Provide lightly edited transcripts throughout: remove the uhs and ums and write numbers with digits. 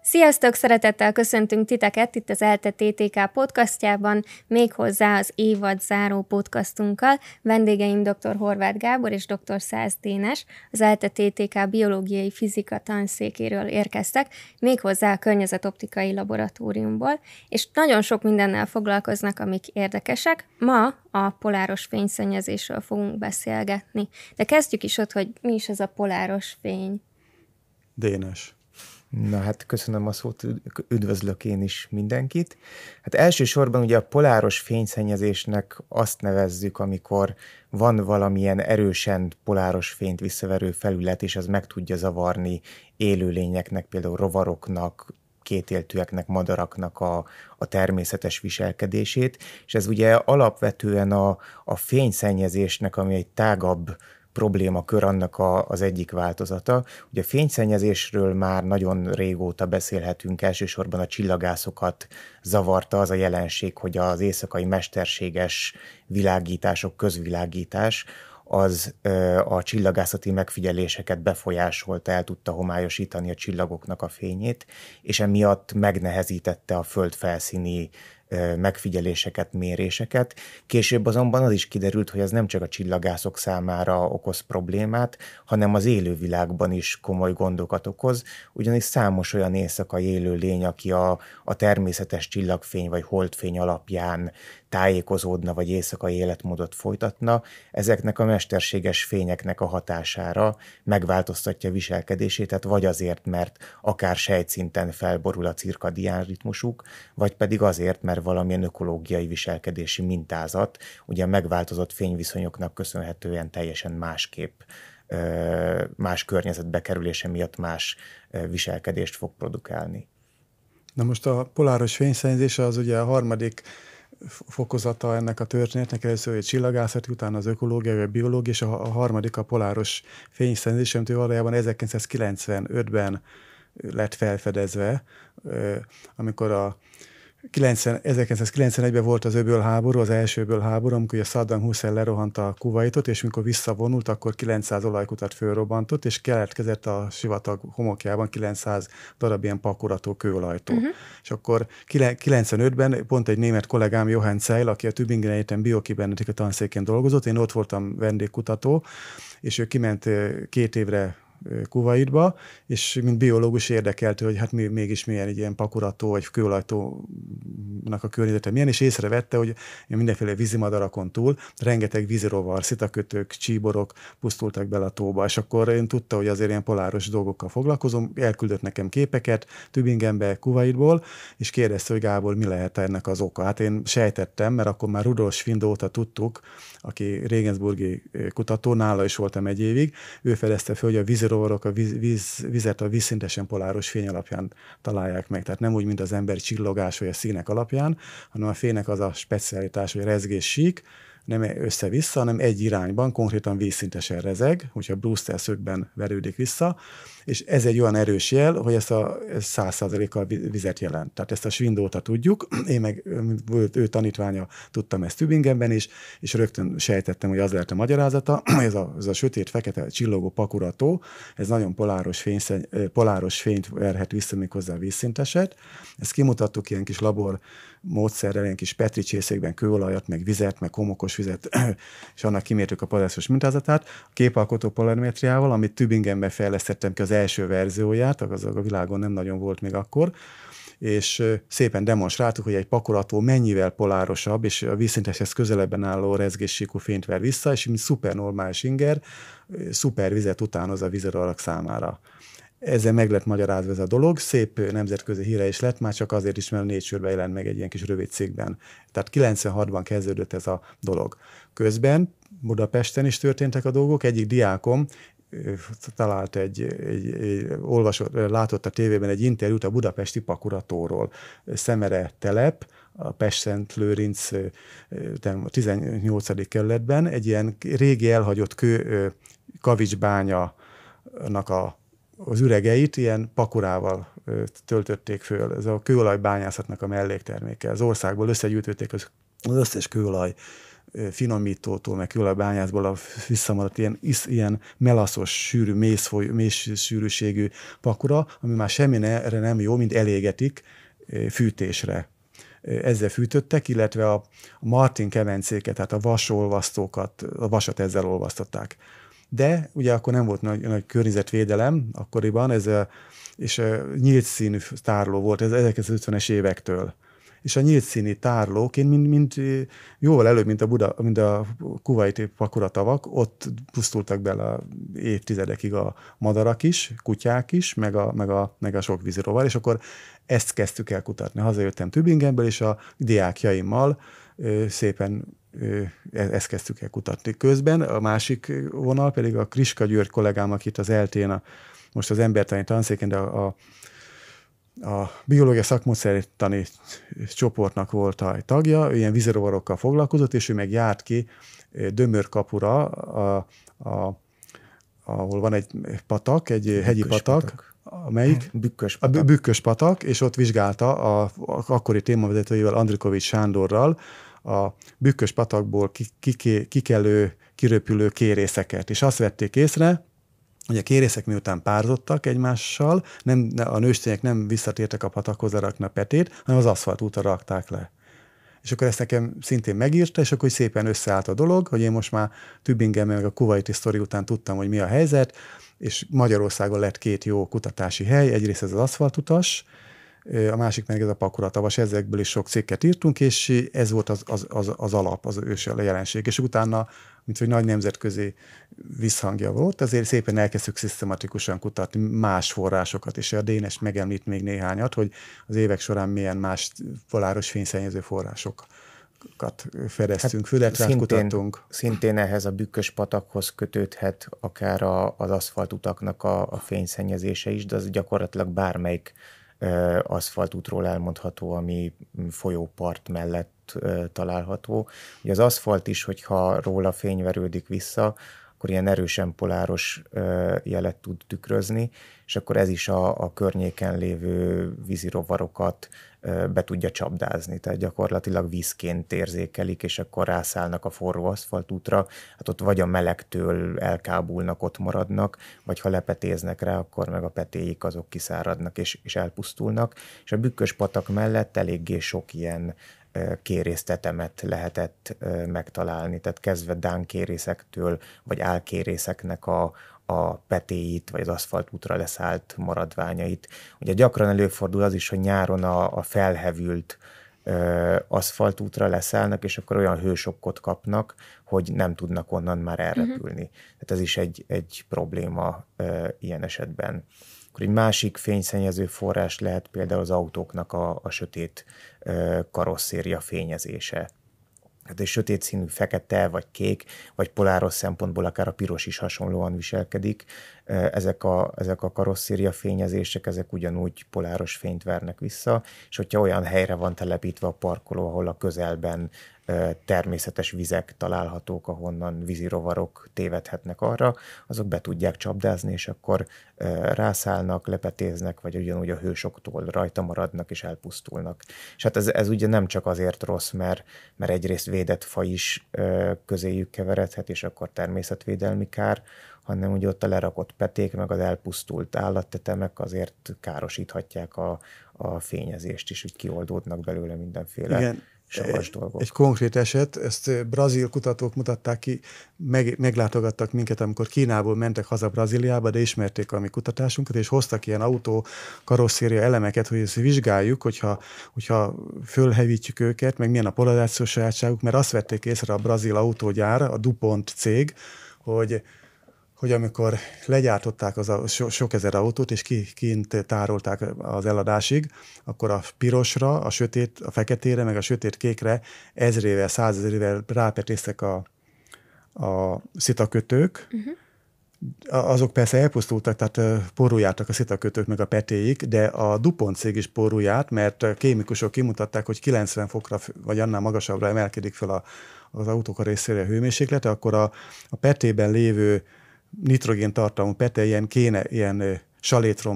Sziasztok! Szeretettel köszöntünk titeket itt az ELTE TTK podcastjában, méghozzá az évad záró podcastunkkal. Vendégeim dr. Horváth Gábor és dr. Szász Dénes, az ELTE TTK biológiai fizika tanszékéről érkeztek, méghozzá a környezetoptikai laboratóriumból, és nagyon sok mindennel foglalkoznak, amik érdekesek. Ma a poláros fényszennyezésről fogunk beszélgetni. De kezdjük is ott, hogy mi is ez a poláros fény. Dénes. Na hát köszönöm a szót, üdvözlök én is mindenkit. Hát elsősorban ugye a poláros fényszennyezésnek azt nevezzük, amikor van valamilyen erősen poláros fényt visszaverő felület, és az meg tudja zavarni élőlényeknek, például rovaroknak, kétéltűeknek, madaraknak a természetes viselkedését, és ez ugye alapvetően a fényszennyezésnek, ami egy tágabb problémakör, annak az egyik változata. Ugye a fényszennyezésről már nagyon régóta beszélhetünk, elsősorban a csillagászokat zavarta az a jelenség, hogy az éjszakai mesterséges világítások, közvilágítás, az a csillagászati megfigyeléseket befolyásolta, el tudta homályosítani a csillagoknak a fényét, és emiatt megnehezítette a föld felszíni megfigyeléseket, méréseket. Később azonban az is kiderült, hogy ez nem csak a csillagászok számára okoz problémát, hanem az élővilágban is komoly gondokat okoz, ugyanis számos olyan éjszakai élőlény, aki a természetes csillagfény vagy holdfény alapján tájékozódna, vagy éjszakai életmódot folytatna, ezeknek a mesterséges fényeknek a hatására megváltoztatja viselkedését, tehát vagy azért, mert akár sejtszinten felborul a cirkadián ritmusuk, vagy pedig azért, mert valamilyen ökológiai viselkedési mintázat, ugye a megváltozott fényviszonyoknak köszönhetően teljesen másképp, más környezetbe kerülése miatt más viselkedést fog produkálni. Na most a poláros fényszennyezés az ugye a harmadik fokozata ennek a történetnek, először egy csillagászati, utána az ökológia, vagy a biológia, és a harmadik a poláros fényszennyezés, amit valójában 1995-ben lett felfedezve, amikor 1991-ben volt az öbölháború, az első öbölháború, amikor a Saddam Hussein lerohant a Kuvaitot, és mikor visszavonult, akkor 900 olajkutat fölrobbantott, és keletkezett a sivatag homokjában 900 darab ilyen pakorató kőolajtó. És akkor 95-ben pont egy német kollégám, Johann Zeil, aki a Tübingen Egyetem biokibernetika tanszékén dolgozott, én ott voltam vendégkutató, és ő kiment 2 évre Kuwaitba, és mint biológus érdekelte, hogy hát mégis milyen egy ilyen pakurató vagy kőolajtónak a környezete milyen, és észrevette, hogy mindenféle vízimadarakon túl rengeteg vízirovar, szitakötők, csíborok pusztultak bele a tóba, és akkor én tudta, hogy azért ilyen poláros dolgokkal foglalkozom, elküldött nekem képeket Tübingenbe, Kuwaitból, és kérdezte, hogy Gábor, mi lehet ennek az oka. Hát én sejtettem, mert akkor már Rudolf Schwind óta tudtuk, aki Regensburgi kutató, nála is voltam 1 évig, ő fedezte fel, hogy a vízirovarok a vizet a vízszintesen poláros fény alapján találják meg. Tehát nem úgy, mint az emberi csillogás vagy a színek alapján, hanem a fénynek az a specialitás, hogy rezgés sík, nem össze-vissza, hanem egy irányban, konkrétan vízszintesen rezeg, hogyha Brewster szögben verődik vissza, és ez egy olyan erős jel, hogy ezt 100%-kal vizet jelent. Tehát ezt a Schwind óta tudjuk, én meg ő tanítványa tudtam ezt Tübingenben is, és rögtön sejtettem, hogy az lehet a magyarázata, ez a sötét-fekete csillogó pakurató, ez nagyon poláros fényt verhet vissza, méghozzá vízszinteset. Ezt kimutattuk ilyen kis labor módszerrel, ilyen kis Petri csészékben kőolajat, meg vizet, meg homokos vizet, és annak kimértük a poláros mintázatát, a képalkotó polarimetriával, amit Tübingenben fejlesztettem ki az első verzióját, az a világon nem nagyon volt még akkor, és szépen demonstráltuk, hogy egy pakurató mennyivel polárosabb, és a vízszinteshez közelebben álló rezgéssíkú fényt ver vissza, és mint szupernormális inger, szupervizet utánoz a vízirovarak számára. Ezzel meg lett magyarázva ez a dolog, szép nemzetközi híre is lett, már csak azért is, mert a Nature-ben jelent meg egy ilyen kis rövid cikkben. Tehát 96-ban kezdődött ez a dolog. Közben Budapesten is történtek a dolgok, egyik diákom talált látott a tévében egy interjút a budapesti pakuratóról. Szemere telep, a Pest-Szent-Lőrinc 18. kerületben egy ilyen régi elhagyott kavicsbánya-nak az üregeit ilyen pakurával töltötték föl. Ez a kőolajbányászatnak a mellékterméke. Az országból összegyűjtötték az összes kőolaj finomítótól, meg kőolajbányászból a visszamaradt ilyen melaszos, sűrű, mély sűrűségű pakura, ami már semmire nem jó, mint elégetik fűtésre. Ezzel fűtöttek, illetve a martin kemencéket, tehát a vasolvasztókat, a vasat ezzel olvasztották. De ugye akkor nem volt nagy környezetvédelem akkoriban, és nyílt színű tárló volt, ez 1950-es évektől. És a nyílt színi tárlóként, mint jóval előbb, mint a kuvaiti pakuratavak, ott pusztultak bele évtizedekig a madarak is, kutyák is, meg a sok vízirovar, és akkor ezt kezdtük el kutatni. Hazajöttem Tübingenből, és a diákjaimmal szépen ezt kezdtük el kutatni. Közben a másik vonal pedig a Kriska György kollégám, akit az ELTén, most az embertani tanszéken, de a biológia szakmódszertani csoportnak volt a tagja, ő ilyen vízirovarokkal foglalkozott, és ő meg járt ki Dömör-kapura, ahol van egy patak, egy hegyi patak, amelyik Bükkös patak, és ott vizsgálta a akkori témavezetőjével, Andrikovics Sándorral a Bükkös patakból kikelő, kiröpülő kérészeket, és azt vették észre, hogy a kérészek miután párzottak egymással, a nőstények nem visszatértek a patakhoz lerakni a petét, hanem az aszfaltútra rakták le. És akkor ezt nekem szintén megírta, és akkor szépen összeállt a dolog, hogy én most már Tübingenben meg a kuvaiti sztori után tudtam, hogy mi a helyzet, és Magyarországon lett 2 jó kutatási hely, egyrészt ez az aszfaltutas, a másik meg ez a pakuratavas, ezekből is sok cikket írtunk, és ez volt az alap, az ős jelenség. És utána, mint hogy nagy nemzetközi visszhangja volt, azért szépen elkezdtük szisztematikusan kutatni más forrásokat, és a Dénes megemlít még néhányat, hogy az évek során milyen más poláros fényszennyező forrásokat fedeztünk, fületrát kutattunk. Szintén ehhez a Bükkös patakhoz kötődhet akár az aszfaltutaknak a fényszennyezése is, de az gyakorlatilag bármelyik aszfaltútról elmondható, ami folyópart mellett található. Ugye az aszfalt is, hogyha róla fény verődik vissza, akkor ilyen erősen poláros jelet tud tükrözni, és akkor ez is a környéken lévő vízirovarokat be tudja csapdázni, tehát gyakorlatilag vízként érzékelik, és akkor rászállnak a forró aszfaltútra, hát ott vagy a melegtől elkábulnak, ott maradnak, vagy ha lepetéznek rá, akkor meg a petéik azok kiszáradnak és elpusztulnak, és a Bükkös patak mellett eléggé sok ilyen kérésztetemet lehetett megtalálni, tehát kezdve dánkérészektől, vagy álkérészeknek a petéit, vagy az aszfaltútra leszállt maradványait. Ugye gyakran előfordul az is, hogy nyáron a felhevült aszfaltútra leszállnak, és akkor olyan hősokkot kapnak, hogy nem tudnak onnan már elrepülni. Tehát ez is egy probléma ilyen esetben. Akkor egy másik fényszennyező forrás lehet például az autóknak a sötét karosszéria fényezése. Hát egy sötét színű fekete, vagy kék, vagy poláros szempontból akár a piros is hasonlóan viselkedik. Ezek a karosszéria fényezések, ezek ugyanúgy poláros fényt vernek vissza, és hogyha olyan helyre van telepítve a parkoló, ahol a közelben természetes vizek találhatók, ahonnan vízirovarok tévedhetnek arra, azok be tudják csapdázni, és akkor rászállnak, lepetéznek, vagy ugyanúgy a hősoktól rajta maradnak, és elpusztulnak. És hát ez ugye nem csak azért rossz, mert egyrészt védett faj is közéjük keveredhet, és akkor természetvédelmi kár, hanem ugye ott a lerakott peték, meg az elpusztult állattetemek azért károsíthatják a fényezést is, hogy kioldódnak belőle mindenféle savas dolgok. Egy konkrét eset, ezt brazil kutatók mutatták ki, meglátogattak minket, amikor Kínából mentek haza Brazíliába, de ismerték a mi kutatásunkat, és hoztak ilyen autó karosszéria elemeket, hogy ezt vizsgáljuk, hogyha fölhevítjük őket, meg milyen a polarizációs sajátságuk, mert azt vették észre a brazil autógyár, a DuPont cég, hogy amikor legyártották sok ezer autót, és kint tárolták az eladásig, akkor a pirosra, a feketére, meg a sötét kékre ezrével, százezrével rápetéztek a szitakötők. Azok persze elpusztultak, tehát porújártak a szitakötők meg a petéik, de a DuPont cég is porújárt, mert kémikusok kimutatták, hogy 90 fokra vagy annál magasabbra emelkedik fel az autók részére a hőmérséklete, akkor a petében lévő nitrogén tartalmú pete ilyen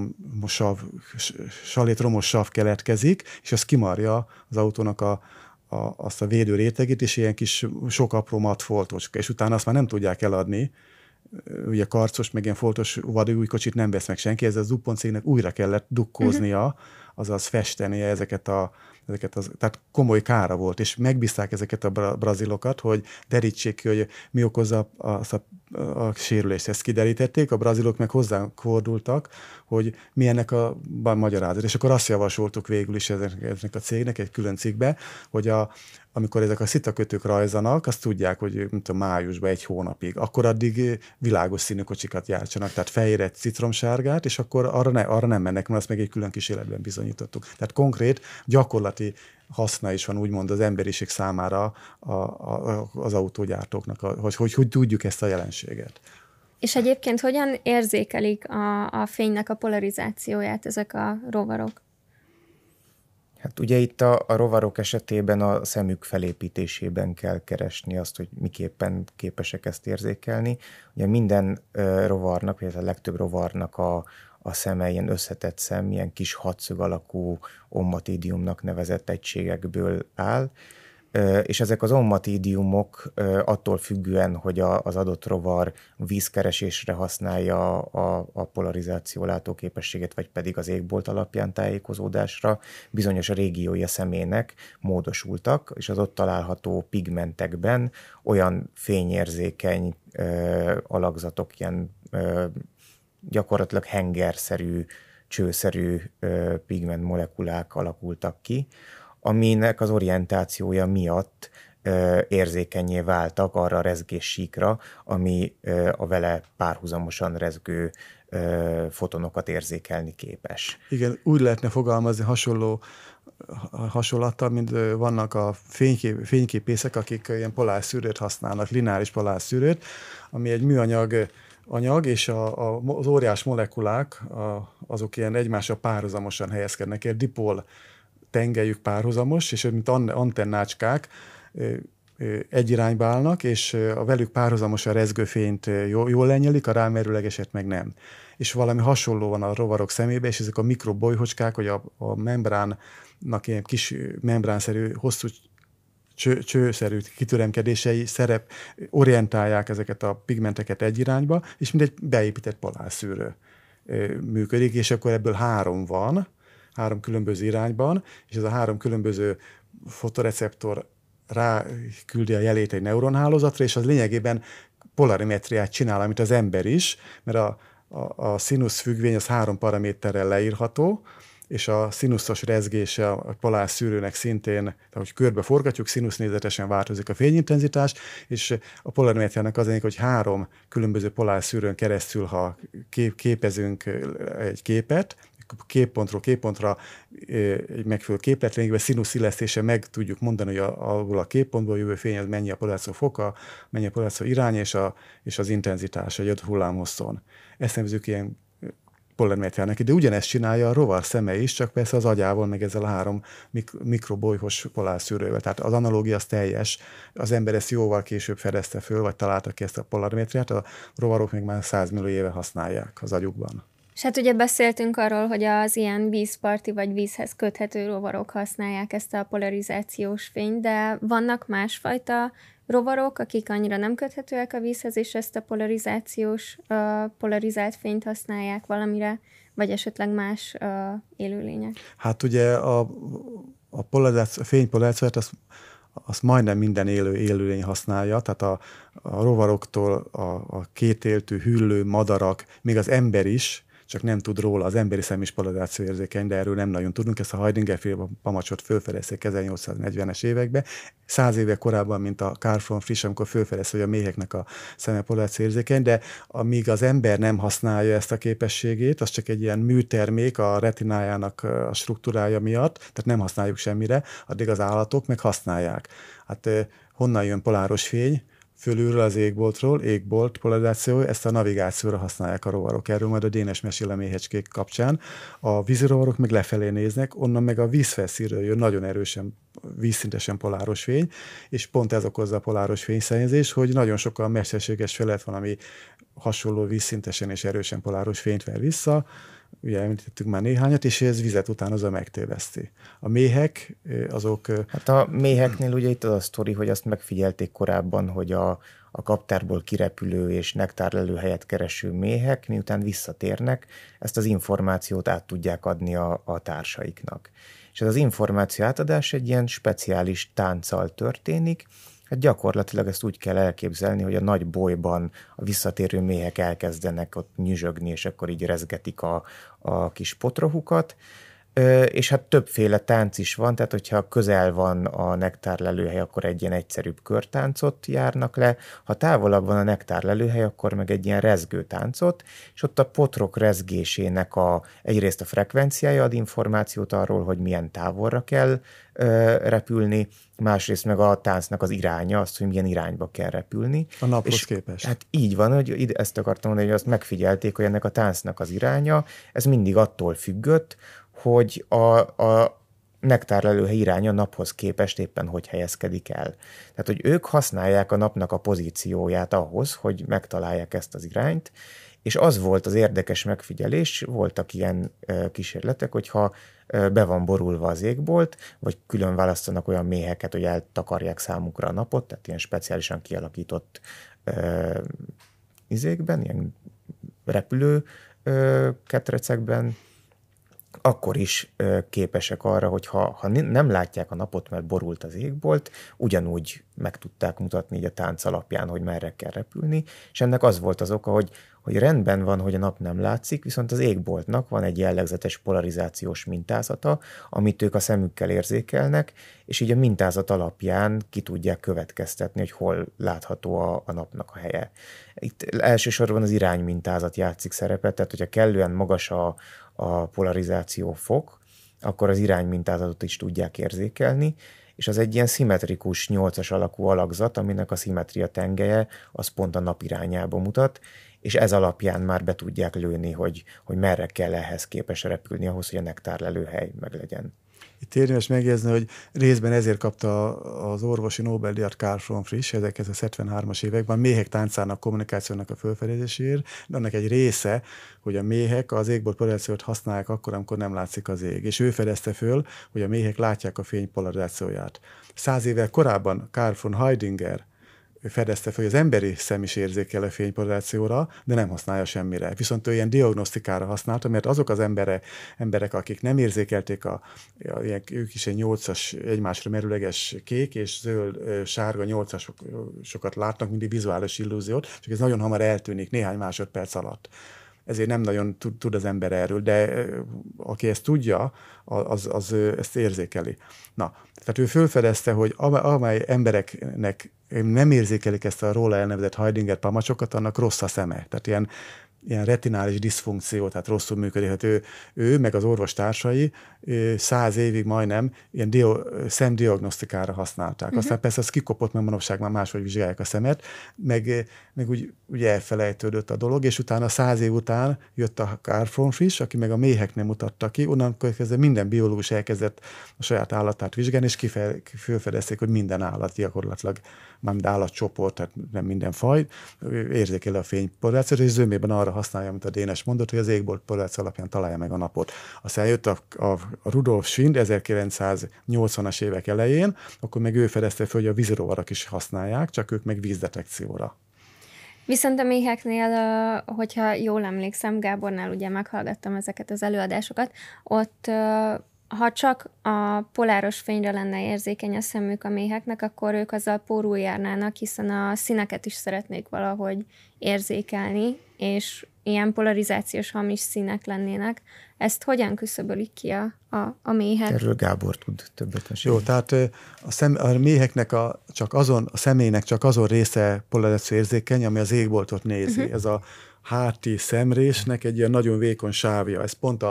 salétromos sav keletkezik, és az kimarja az autónak azt a védő rétegét, és ilyen kis sok apró mat foltocska, és utána azt már nem tudják eladni. Ugye karcos, meg ilyen foltos vadúj kocsit nem vesz meg senki, ez a DuPont cégnek újra kellett dukkóznia, azaz festenie ezeket tehát komoly kára volt, és megbízták ezeket a brazilokat, hogy derítsék ki, hogy mi okozza a sérülést. Ezt kiderítették, a brazilok meg hozzánk fordultak, hogy mi ennek a magyarázat. És akkor azt javasoltuk végül is ezeknek a cégnek egy külön cikkbe, hogy amikor ezek a szitakötők rajzanak, azt tudják, hogy májusban 1 hónapig, akkor addig világos színű kocsikat gyártsanak, tehát fehéret, citromsárgát, és akkor arra nem mennek, mert azt meg egy külön kísérletben bizonyítottuk. Tehát konkrét, gyakorlati haszna is van úgymond az emberiség számára az autógyártóknak, hogy tudjuk ezt a jelenséget. És egyébként hogyan érzékelik a fénynek a polarizációját ezek a rovarok? Hát ugye itt a rovarok esetében a szemük felépítésében kell keresni azt, hogy miképpen képesek ezt érzékelni. Ugye minden rovarnak, vagy a legtöbb rovarnak a szeme ilyen összetett szem, ilyen kis hatszög alakú ommatidiumnak nevezett egységekből áll, és ezek az ommatidiumok attól függően, hogy az adott rovar vízkeresésre használja a polarizáció látóképességet, vagy pedig az égbolt alapján tájékozódásra, bizonyos a régiója szemének módosultak, és az ott található pigmentekben olyan fényérzékeny alakzatok, ilyen gyakorlatilag hengerszerű, csőszerű pigment molekulák alakultak ki, aminek az orientációja miatt érzékenyé váltak arra a rezgéssíkra, ami a vele párhuzamosan rezgő fotonokat érzékelni képes. Igen, úgy lehetne fogalmazni hasonlattal, mint vannak a fényképészek, akik ilyen polárszűrőt használnak, lineáris polárszűrőt, ami egy műanyag anyag, és az óriás molekulák, azok ilyen egymásra párhuzamosan helyezkednek, ilyen dipol tengelyük párhuzamos, és mint antennácskák egy irányba állnak, és a velük párhuzamosan rezgő fényt jól lenyelik, a rámerőlegeset meg nem. És valami hasonló van a rovarok szemébe, és ezek a mikrobolyhocskák, hogy a membránnak ilyen kis membránszerű, hosszú csőszerű kitüremkedései orientálják ezeket a pigmenteket egy irányba, és mint egy beépített polárszűrő működik, és akkor ebből 3 van, 3 különböző irányban, és ez a 3 különböző fotoreceptor ráküldi a jelét egy neuronhálózatra, és az lényegében polarimetriát csinál, amit az ember is, mert a színusz függvény az 3 paraméterrel leírható, és a színuszos rezgése a polárszűrőnek szintén, ahogy körbe forgatjuk, színusznézetesen változik a fényintenzitás, és a polarimetriának az hogy 3 különböző polárszűrőn keresztül, ha képezünk egy képet, képpontról képpontra egy megfelelő képlet, lényegében színuszillesztése meg tudjuk mondani, hogy abból a képpontból jövő fény az mennyi a polarizáció foka, mennyi a polarizáció irány és az intenzitás egy 5 hullámhosszon. Ezt nevezzük ilyen polarimetriának, de ugyanezt csinálja a rovar szeme is, csak persze az agyával, meg ezzel a 3 mikrobolyhos polárszűrővel. Tehát az analógia az teljes. Az ember ezt jóval később fedezte föl, vagy találta ki ezt a polarimetriát, a rovarok még már 100 millió éve használják az agyukban. És hát ugye beszéltünk arról, hogy az ilyen vízparti vagy vízhez köthető rovarok használják ezt a polarizációs fényt, de vannak másfajta rovarok, akik annyira nem köthetőek a vízhez, és ezt a polarizált fényt használják valamire, vagy esetleg más élőlények? Hát ugye a fénypolarizációt azt majdnem minden élőlény használja, tehát a rovaroktól a kétéltű, hüllő, madarak, még az ember is, csak nem tud róla, az emberi szem is polarizáció érzékeny, de erről nem nagyon tudunk. Ezt a Heidinger-féle pamacsot fölfedezték 1840-es években, 100 éve korábban, mint a Karl von Frisch, amikor fölfedezte, hogy a méheknek a szeme polarizáció érzékeny, de amíg az ember nem használja ezt a képességét, az csak egy ilyen műtermék a retinájának a struktúrája miatt, tehát nem használjuk semmire, addig az állatok meg használják. Hát honnan jön poláros fény? Fölülről az égbolt polarizáció, ezt a navigációra használják a rovarok. Erről majd a Dénes mesél a méhecskék kapcsán. A vízirovarok meg lefelé néznek, onnan meg a vízfelszínről jön nagyon erősen, vízszintesen poláros fény, és pont ez okozza a poláros fényszennyezés, hogy nagyon sokkal mesterséges felett van, ami hasonló vízszintesen és erősen poláros fényt ver vissza, ugye említettük már néhányat, és ez vizet utánozza megtéveszti. A méhek, azok... Hát a méheknél ugye itt az a sztori, hogy azt megfigyelték korábban, hogy a kaptárból kirepülő és nektárlelő helyet kereső méhek, miután visszatérnek, ezt az információt át tudják adni a társaiknak. És ez az információ átadás egy ilyen speciális tánccal történik. Hát gyakorlatilag ezt úgy kell elképzelni, hogy a nagy bolyban a visszatérő méhek elkezdenek ott nyüzsögni, és akkor így rezgetik a kis potrohukat. És hát többféle tánc is van, tehát hogyha közel van a nektárlelőhely, akkor egy ilyen egyszerűbb körtáncot járnak le, ha távolabb van a nektárlelőhely, akkor meg egy ilyen rezgő táncot, és ott a potrok rezgésének egyrészt a frekvenciája ad információt arról, hogy milyen távolra kell repülni, másrészt meg a táncnak az iránya, azt, hogy milyen irányba kell repülni. A naphoz képest. Hát így van, hogy ezt akartam mondani, hogy azt megfigyelték, hogy ennek a táncnak az iránya, ez mindig attól függött, hogy a nektárlelőhely iránya a naphoz képest éppen hogy helyezkedik el. Tehát, hogy ők használják a napnak a pozícióját ahhoz, hogy megtalálják ezt az irányt, és az volt az érdekes megfigyelés, voltak ilyen kísérletek, hogyha be van borulva az égbolt, vagy külön választanak olyan méheket, hogy eltakarják számukra a napot, tehát ilyen speciálisan kialakított ilyen repülő ketrecekben, akkor is képesek arra, hogy ha nem látják a napot, mert borult az égbolt, ugyanúgy meg tudták mutatni így a tánc alapján, hogy merre kell repülni, és ennek az volt az oka, hogy rendben van, hogy a nap nem látszik, viszont az égboltnak van egy jellegzetes polarizációs mintázata, amit ők a szemükkel érzékelnek, és így a mintázat alapján ki tudják következtetni, hogy hol látható a napnak a helye. Itt elsősorban az iránymintázat játszik szerepet, tehát hogyha kellően magas a polarizáció fok, akkor az iránymintázatot is tudják érzékelni, és az egy ilyen szimmetrikus 8-as alakú alakzat, aminek a szimmetria tengelye az pont a nap irányába mutat, és ez alapján már be tudják lőni, hogy merre kell ehhez képes repülni, ahhoz, hogy a nektárlelőhely meglegyen. Itt érdemes megjegyezni, hogy részben ezért kapta az orvosi Nobel-díjat Karl von Frisch 1973-as években méhek táncának, kommunikációnak a felfedezéséért, de annak egy része, hogy a méhek az égbolt polarizációt használják akkor, amikor nem látszik az ég. És ő fedezte föl, hogy a méhek látják a fény polarizációját. 100 évvel korábban Karl von Haidinger fedezte fel, hogy az emberi szem is érzékel a fénypolarizációra, de nem használja semmire. Viszont ő ilyen diagnosztikára használta, mert azok az emberek, akik nem érzékelték ők is egy 8-as egymásra merőleges kék és zöld, sárga 8-asokat látnak, mindig vizuális illúziót, csak ez nagyon hamar eltűnik néhány másodperc alatt. Ezért nem nagyon tud az ember erről, de aki ezt tudja, az ezt érzékeli. Na, tehát ő felfedezte, hogy amely embereknek nem érzékelik ezt a róla elnevezett Haidinger pamacsokat, annak rossz a szeme. Tehát ilyen retinális diszfunkció, tehát rosszul működik. Hát ő meg az orvostársai 100 évig majdnem ilyen szemdiagnosztikára használták. Aztán persze az kikopott, mert manapság már máshogy vizsgálják a szemet, meg úgy elfelejtődött a dolog, és utána 100 év után jött a Karl von Frisch, aki meg a méheknél mutatta ki, onnantól kezdve minden biológus elkezdett a saját állatát vizsgálni, és felfedezték, hogy minden állat gyakorlatilag, mármint állatcsoport, tehát nem minden faj, érzékeli a fénypolarizációt, és zömében arra használja, amit a Dénes mondott, hogy az égbolt polarizáció alapján találja meg a napot. Aztán jött a Rudolf Schwind 1980-as évek elején, akkor meg ő fedezte fel, hogy a vízirovarak is használják, csak ők meg vízdetekcióra. Viszont a méheknél, hogyha jól emlékszem, Gábornál ugye meghallgattam ezeket az előadásokat, ott ha csak a poláros fényre lenne érzékeny a szemük a méheknek, akkor ők azzal pórul járnának, hiszen a színeket is szeretnék valahogy érzékelni, és ilyen polarizációs hamis színek lennének. Ezt hogyan küszöbölik ki a méhek? Erről Gábor tud többet mesélni. Jó, tehát a méheknek a személynek csak azon része polarizáció érzékeny, ami az égboltot nézi. Ez a háti szemrésnek egy ilyen nagyon vékony sávja. Ez pont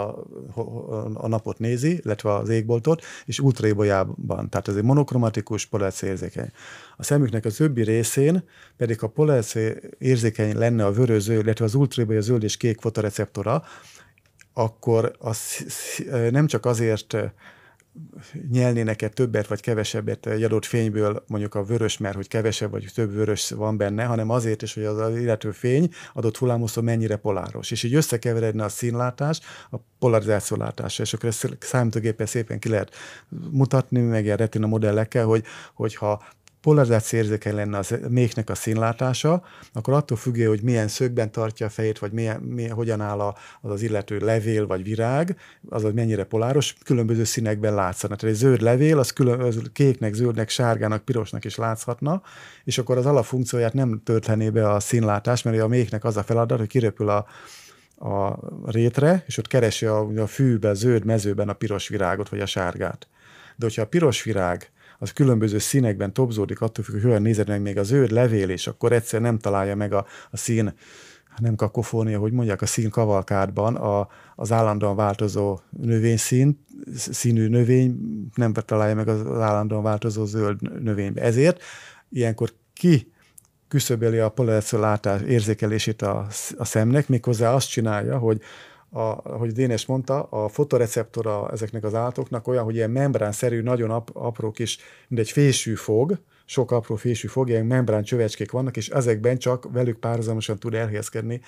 a napot nézi, illetve az égboltot, és ultraébolyában. Tehát ez egy monokromatikus polarizáció érzékeny. A szemüknek az többi részén pedig a polarizáció érzékeny lenne a vörös-zöld, illetve az ultraébolya zöld és kék fotoreceptora, akkor nem csak azért nyelnének-e többet vagy kevesebbet egy adott fényből, mondjuk a vörös, mert hogy kevesebb vagy több vörös van benne, hanem azért is, hogy az illető fény adott hullámhosszon mennyire poláros. És így összekeveredne a színlátás a polarizáció látása, és akkor ezt számítógéppel szépen ki lehet mutatni, meg ilyen retina modellekkel, hogyha polarizáció érzékeny lenne a méhnek a színlátása, akkor attól függően, hogy milyen szögben tartja a fejét, vagy hogyan áll az illető levél vagy virág, azaz mennyire poláros, különböző színekben látszana. Tehát egy zöld levél, az kéknek, zöldnek, sárgának, pirosnak is látszhatna, és akkor az alapfunkcióját nem tölthené be a színlátás, mert a méhnek az a feladat, hogy kiröpül a rétre, és ott keresi a fűben, zöld mezőben a piros virágot, vagy a sárgát. De hogyha a piros virág az különböző színekben tobzódik, attól függ, hogy hogyan nézed meg még a zöld levél, és akkor egyszer nem találja meg a szín, nem kakofónia, hogy mondják, a szín kavalkádban az állandóan változó színű növény nem találja meg az állandóan változó zöld növénybe. Ezért ilyenkor küszöböli a polarizáció látás érzékelését a szemnek, méghozzá azt csinálja, hogy ahogy Dénes mondta, a fotoreceptora ezeknek az állatoknak olyan, hogy ilyen membránszerű, nagyon apró kis, mint egy fésű fog, sok apró fésű fog, ilyen membrán csövecskék vannak, és ezekben csak velük párhuzamosan tud elhelyezkedni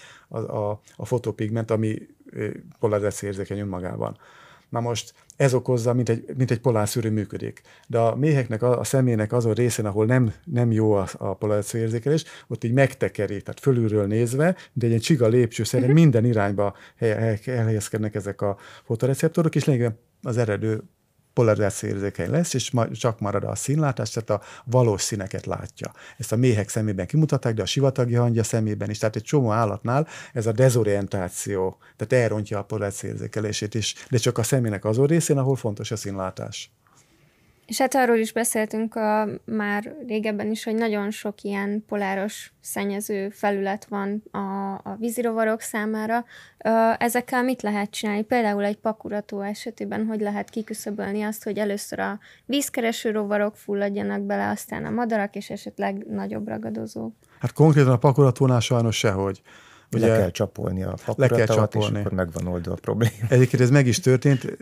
a fotopigment, ami polarizáció érzékeny önmagában. Na most ez okozza, mint egy polárszűrő működik. De a méheknek, a szemének azon részén, ahol nem jó a polarizáció érzékelés, ott így megtekeri, tehát fölülről nézve, mint egy ilyen csiga lépcsőszerűen minden irányba elhelyezkednek ezek a fotoreceptorok, és lényegében az eredő polarizáció érzékeny lesz, és csak marad a színlátás, tehát a valós színeket látja. Ezt a méhek szemében kimutatták, de a sivatagi hangya szemében is. Tehát egy csomó állatnál ez a dezorientáció, tehát elrontja a polarizáció érzékelését is, de csak a szemének azon részén, ahol fontos a színlátás. És hát arról is beszéltünk már régebben is, hogy nagyon sok ilyen poláros szennyező felület van a vízirovarok számára. Ezekkel mit lehet csinálni? Például egy pakurató esetében hogy lehet kiküszöbölni azt, hogy először a vízkereső rovarok fulladjanak bele, aztán a madarak, és esetleg nagyobb ragadozók? Hát konkrétan a pakuratónál sajnos sehogy. Ugye, le kell csapolni a pakuratot, és akkor megvan oldva a probléma. Egyébként ez meg is történt,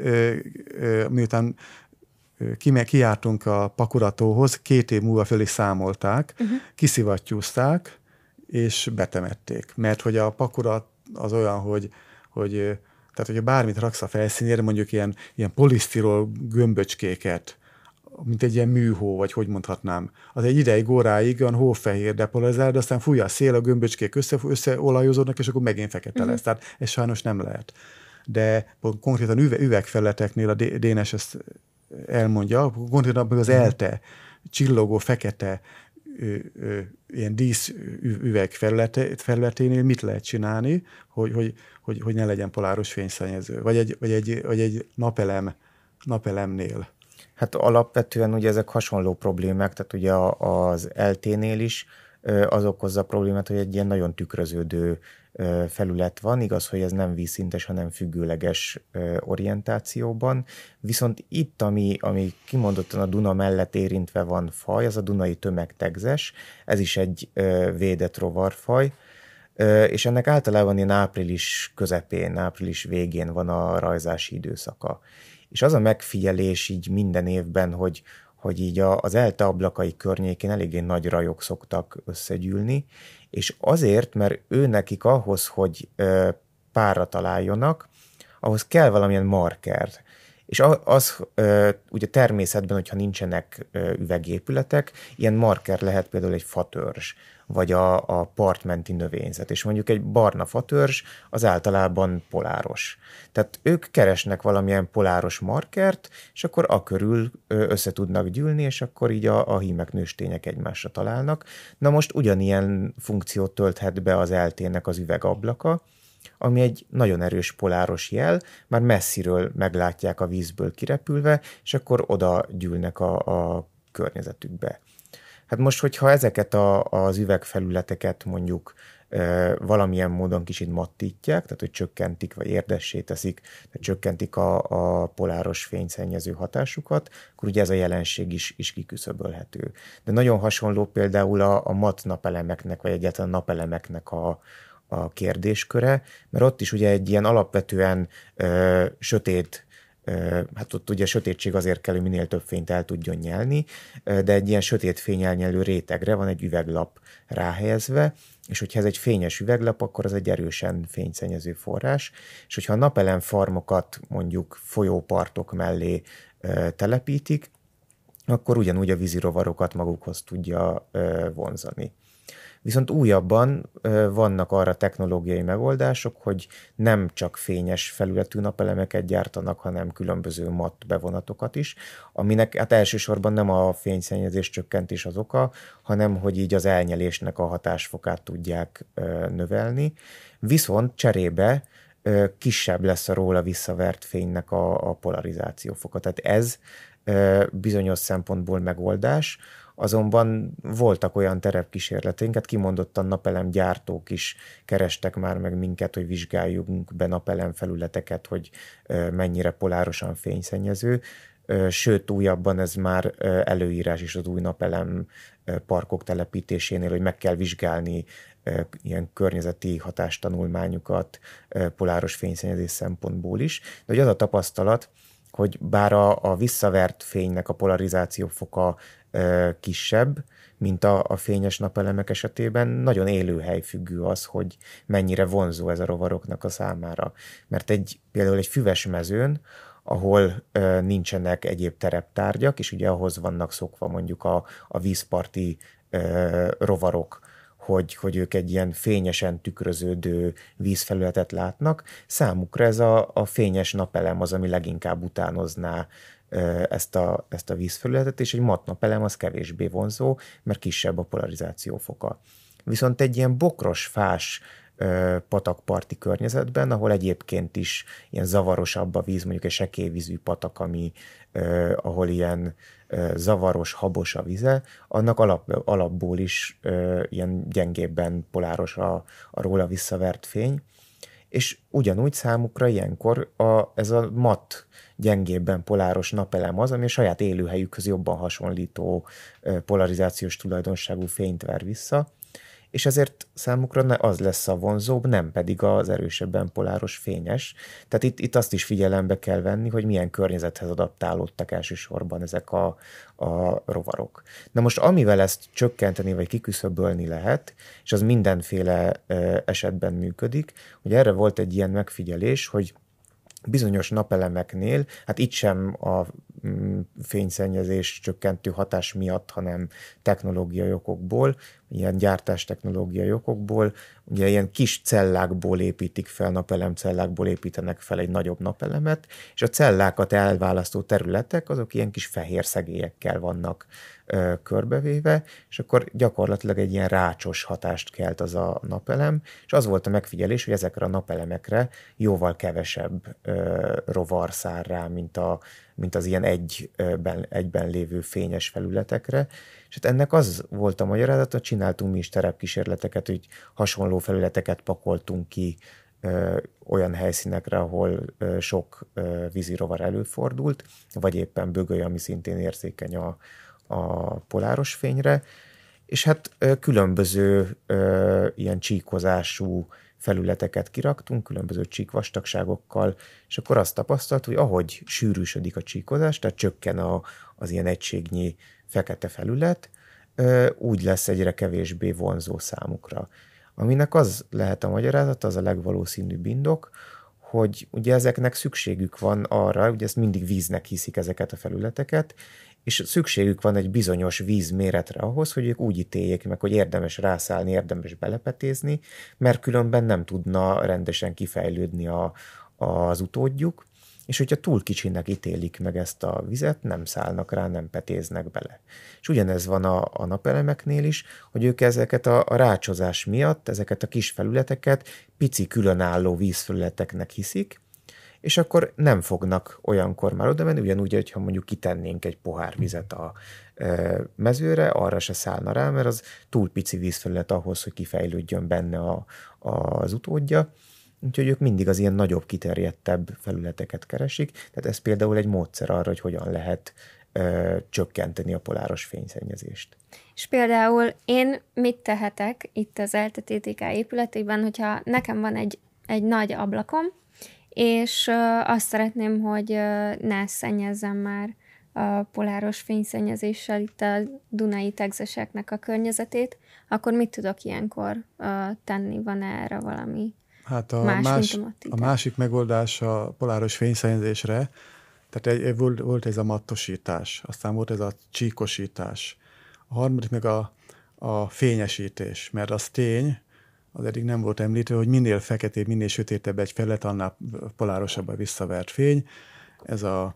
miután kijártunk a pakuratóhoz, 2 év múlva föl is számolták, kiszivattyúzták, és betemették. Mert hogy a pakurat az olyan, hogy tehát, hogyha bármit raksz a felszínére, mondjuk ilyen polisztirol gömböcskéket, mint egy ilyen műhó, vagy hogy mondhatnám, az egy ideig, óráig olyan hófehér depolarizál, de aztán fúj a szél, a gömböcskék összeolajozódnak, és akkor megint fekete lesz. Tehát ez sajnos nem lehet. De konkrétan üvegfelületeknél a Dénes ezt elmondja, konkrétan az ELTE, csillogó, fekete ilyen díszüveg felületénél mit lehet csinálni, hogy ne legyen poláros fényszennyező, vagy egy napelemnél. Hát alapvetően ugye ezek hasonló problémák, tehát ugye az ELTE-nél is az okozza a problémát, hogy egy ilyen nagyon tükröződő felület van, igaz, hogy ez nem vízszintes, hanem függőleges orientációban, viszont itt, ami kimondottan a Duna mellett érintve van faj, az a dunai tömegtegzes, ez is egy védett rovarfaj, és ennek általában ilyen április közepén, április végén van a rajzási időszaka. És az a megfigyelés így minden évben, hogy így az ELTE ablakai környékén eléggé nagy rajok szoktak összegyűlni, és azért, mert nekik ahhoz, hogy párra találjonak, ahhoz kell valamilyen marker. És az ugye természetben, hogyha nincsenek üvegépületek, ilyen marker lehet például egy fatörzs, vagy a partmenti növényzet. És mondjuk egy barna fatörzs az általában poláros. Tehát ők keresnek valamilyen poláros markert, és akkor akörül össze tudnak gyűlni, és akkor így a hímek, nőstények egymásra találnak. Na most ugyanilyen funkciót tölthet be az ELTE-nek az üvegablaka, ami egy nagyon erős poláros jel, már messziről meglátják a vízből kirepülve, és akkor oda gyűlnek a környezetükbe. Hát most, hogyha ezeket az üvegfelületeket mondjuk valamilyen módon kicsit mattítják, tehát hogy csökkentik, vagy érdessé teszik, tehát csökkentik a poláros fényszennyező hatásukat, akkor ugye ez a jelenség is kiküszöbölhető. De nagyon hasonló például a matt napelemeknek, vagy egyáltalán napelemeknek a kérdésköre, mert ott is ugye egy ilyen alapvetően sötét hát ott ugye a sötétség azért kell, hogy minél több fényt el tudjon nyelni, de egy ilyen sötét fényelnyelő rétegre van egy üveglap ráhelyezve, és hogyha ez egy fényes üveglap, akkor az egy erősen fényszennyező forrás, és hogyha a napelemfarmokat mondjuk folyópartok mellé telepítik, akkor ugyanúgy a vízirovarokat magukhoz tudja vonzani. Viszont újabban vannak arra technológiai megoldások, hogy nem csak fényes felületű napelemeket gyártanak, hanem különböző matt bevonatokat is, aminek hát elsősorban nem a fényszennyezés csökkentés az oka, hanem hogy így az elnyelésnek a hatásfokát tudják növelni. Viszont cserébe kisebb lesz a róla visszavert fénynek a polarizáció foka. Tehát ez bizonyos szempontból megoldás, azonban voltak olyan terepkísérleteink, hát kimondottan napelemgyártók is kerestek már meg minket, hogy vizsgáljunk be napelem felületeket, hogy mennyire polárosan fényszennyező, sőt újabban ez már előírás is az új napelem parkok telepítésénél, hogy meg kell vizsgálni ilyen környezeti hatástanulmányokat poláros fényszennyezés szempontból is. De hogy az a tapasztalat, hogy bár a visszavert fénynek a polarizáció foka kisebb, mint a fényes napelemek esetében, nagyon élőhelyfüggő az, hogy mennyire vonzó ez a rovaroknak a számára. Mert például egy füves mezőn, ahol nincsenek egyéb tereptárgyak, és ugye ahhoz vannak szokva mondjuk a vízparti rovarok, hogy ők egy ilyen fényesen tükröződő vízfelületet látnak. Számukra ez a fényes napelem az, ami leginkább utánozná ezt a vízfelületet, és egy matt napelem az kevésbé vonzó, mert kisebb a polarizáció foka. Viszont egy ilyen bokros, fás patakparti környezetben, ahol egyébként is ilyen zavarosabb a víz, mondjuk egy sekélyvízű patak, ahol ilyen zavaros, habos a vize, annak alapból is ilyen gyengébben poláros a róla visszavert fény, és ugyanúgy számukra ilyenkor ez a matt, gyengébben poláros napelem az, ami a saját élőhelyükhöz jobban hasonlító polarizációs tulajdonságú fényt ver vissza, és ezért számukra az lesz a vonzóbb, nem pedig az erősebben poláros fényes. Tehát itt azt is figyelembe kell venni, hogy milyen környezethez adaptálódtak elsősorban ezek a rovarok. Na most amivel ezt csökkenteni vagy kiküszöbölni lehet, és az mindenféle esetben működik, hogy erre volt egy ilyen megfigyelés, hogy bizonyos napelemeknél, hát itt sem a fényszennyezés csökkentő hatás miatt, hanem technológiai okokból, ilyen gyártástechnológiai okokból, ugye ilyen kis cellákból építik fel, napelemcellákból építenek fel egy nagyobb napelemet, és a cellákat elválasztó területek, azok ilyen kis fehér szegélyekkel vannak körbevéve, és akkor gyakorlatilag egy ilyen rácsos hatást kelt az a napelem, és az volt a megfigyelés, hogy ezekre a napelemekre jóval kevesebb rovar száll rá, mint az ilyen egyben lévő fényes felületekre. És hát ennek az volt a magyarázata, csináltunk mi is terepkísérleteket, hogy hasonló felületeket pakoltunk ki olyan helyszínekre, ahol sok vízirovar előfordult, vagy éppen bögöly, ami szintén érzékeny a poláros fényre, és hát különböző ilyen csíkozású felületeket kiraktunk, különböző csíkvastagságokkal, és akkor azt tapasztalt, hogy ahogy sűrűsödik a csíkozás, tehát csökken az ilyen egységnyi fekete felület, úgy lesz egyre kevésbé vonzó számukra. Aminek az lehet a magyarázat, az a legvalószínűbb indok, hogy ugye ezeknek szükségük van arra, ugye ezt mindig víznek hiszik ezeket a felületeket, és szükségük van egy bizonyos vízméretre ahhoz, hogy ők úgy ítéljék meg, hogy érdemes rászállni, érdemes belepetézni, mert különben nem tudna rendesen kifejlődni az utódjuk, és hogyha túl kicsinek ítélik meg ezt a vizet, nem szállnak rá, nem petéznek bele. És ugyanez van a napelemeknél is, hogy ők ezeket a rácsozás miatt, ezeket a kis felületeket pici különálló vízfelületeknek hiszik, és akkor nem fognak olyankor már oda menni, ugyanúgy, hogyha mondjuk kitennénk egy pohár vizet a mezőre, arra se szállna rá, mert az túl pici vízfelület ahhoz, hogy kifejlődjön benne az utódja. Úgyhogy ők mindig az ilyen nagyobb, kiterjedtebb felületeket keresik. Tehát ez például egy módszer arra, hogy hogyan lehet csökkenteni a poláros fényszennyezést. És például én mit tehetek itt az ELTE TTK épületében, hogyha nekem van egy nagy ablakom, és azt szeretném, hogy ne szennyezzen már a poláros fényszennyezéssel itt a Dunai tegzeseknek a környezetét, akkor mit tudok ilyenkor tenni? Van erre valami más, mint a másik megoldás a poláros fényszennyezésre, tehát volt ez a mattosítás, aztán volt ez a csíkosítás. A harmadik meg a fényesítés, mert az tény, az eddig nem volt említve, hogy minél feketébb, minél sötétebb egy felület, annál polárosabb a visszavert fény. Ez a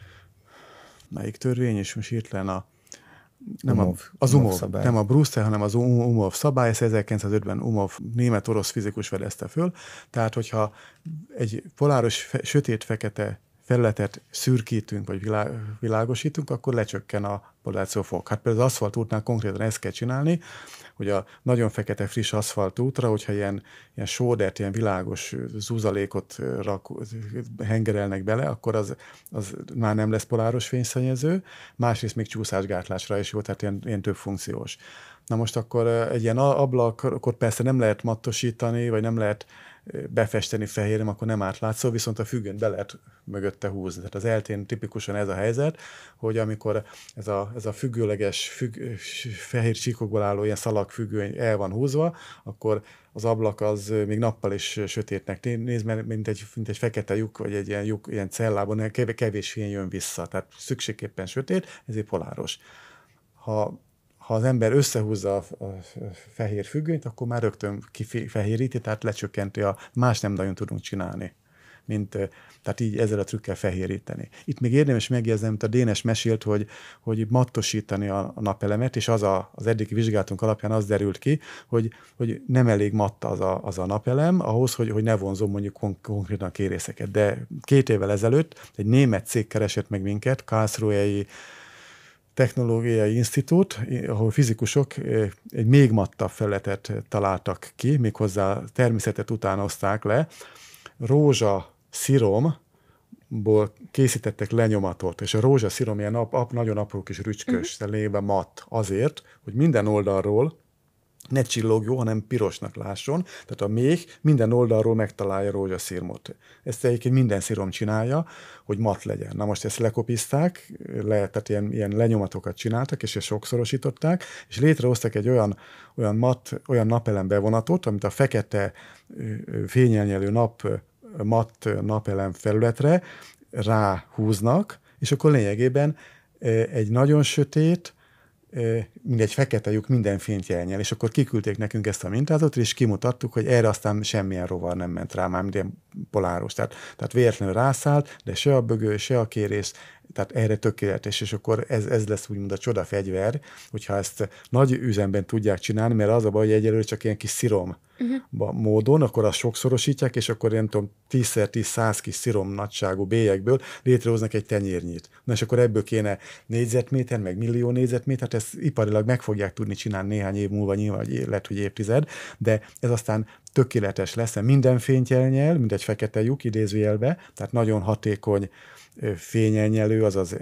melyik törvény, és most hirtelen az UMOV, nem a Brewster, hanem az UMOV szabály, ez 1950 UMOV német-orosz fizikus fedezte föl. Tehát, hogyha egy poláros sötét-fekete felületet szürkítünk, vagy világosítunk, akkor lecsökken a polarizációfok. Hát például az aszfaltútnál konkrétan ezt kell csinálni, hogy a nagyon fekete, friss aszfaltútra, hogyha ilyen sódert, ilyen világos zúzalékot hengerelnek bele, akkor az már nem lesz poláros fényszennyező, másrészt még csúszásgátlásra is jó, tehát ilyen több funkciós. Na most akkor egy ilyen ablak, akkor persze nem lehet mattosítani, vagy nem lehet befesteni fehérem, akkor nem átlátszó, viszont a függönyt be lehet mögötte húzni. Tehát az eltén tipikusan ez a helyzet, hogy amikor ez a függőleges, fehér csíkokból álló ilyen szalagfüggöny el van húzva, akkor az ablak az még nappal is sötétnek néz, mert mint egy fekete lyuk, vagy egy ilyen lyuk, ilyen cellában kevés fény jön vissza. Tehát szükségképpen sötét, ezért poláros. Ha az ember összehúzza a fehér függönyt, akkor már rögtön kifehéríti, tehát lecsökkenti, más nem nagyon tudunk csinálni, tehát így ezzel a trükkel fehéríteni. Itt még érdemes megjegyezni, amit a Dénes mesélt, hogy mattosítani a napelemet, és az eddigi vizsgálatunk alapján az derült ki, hogy nem elég matta az a napelem ahhoz, hogy ne vonzom mondjuk konkrétan a kérészeket. De 2 évvel ezelőtt egy német cég keresett meg minket, Karlsruhei Technológiai Institút, ahol fizikusok egy még mattabb felületet találtak ki, méghozzá természetet utánozták le. Rózsasziromból készítettek lenyomatot, és a rózsaszirom ilyen nagyon apró kis rücskös, lényegében matt azért, hogy minden oldalról ne csillogjon, hanem pirosnak lásson, tehát a méh minden oldalról megtalálja a rózsaszirmot. Ezt egyébként minden szirom csinálja, hogy matt legyen. Na most ezt lekopizták, tehát ilyen lenyomatokat csináltak, és ezt sokszorosították, és létrehoztak egy olyan napelem bevonatot, amit a fekete fényelnyelő matt napelem felületre ráhúznak, és akkor lényegében egy nagyon sötét, mindegy fekete lyuk minden fényt elnyel, és akkor kiküldték nekünk ezt a mintázatot, és kimutattuk, hogy erre aztán semmilyen rovar nem ment rá, már minden poláros. Tehát véletlenül rászállt, de se a bögő, se a kérész, tehát erre tökéletes, és akkor ez lesz úgymond a csodafegyver, hogyha ezt nagy üzemben tudják csinálni, mert az a baj, hogy egyelőre csak ilyen kis szirom módon, akkor azt sokszorosítják, és akkor nem tudom, 10x10-100 kis szirom nagyságú bélyekből létrehoznak egy tenyérnyit. Na és akkor ebből kéne négyzetméter, meg millió négyzetméter, tehát ezt iparilag meg fogják tudni csinálni néhány év múlva, nyilván lehet, hogy évtized, de ez aztán tökéletes lesz, minden fényt elnyel, mint egy fekete lyuk idézőjelbe, tehát nagyon hatékony fényelnyelő, azaz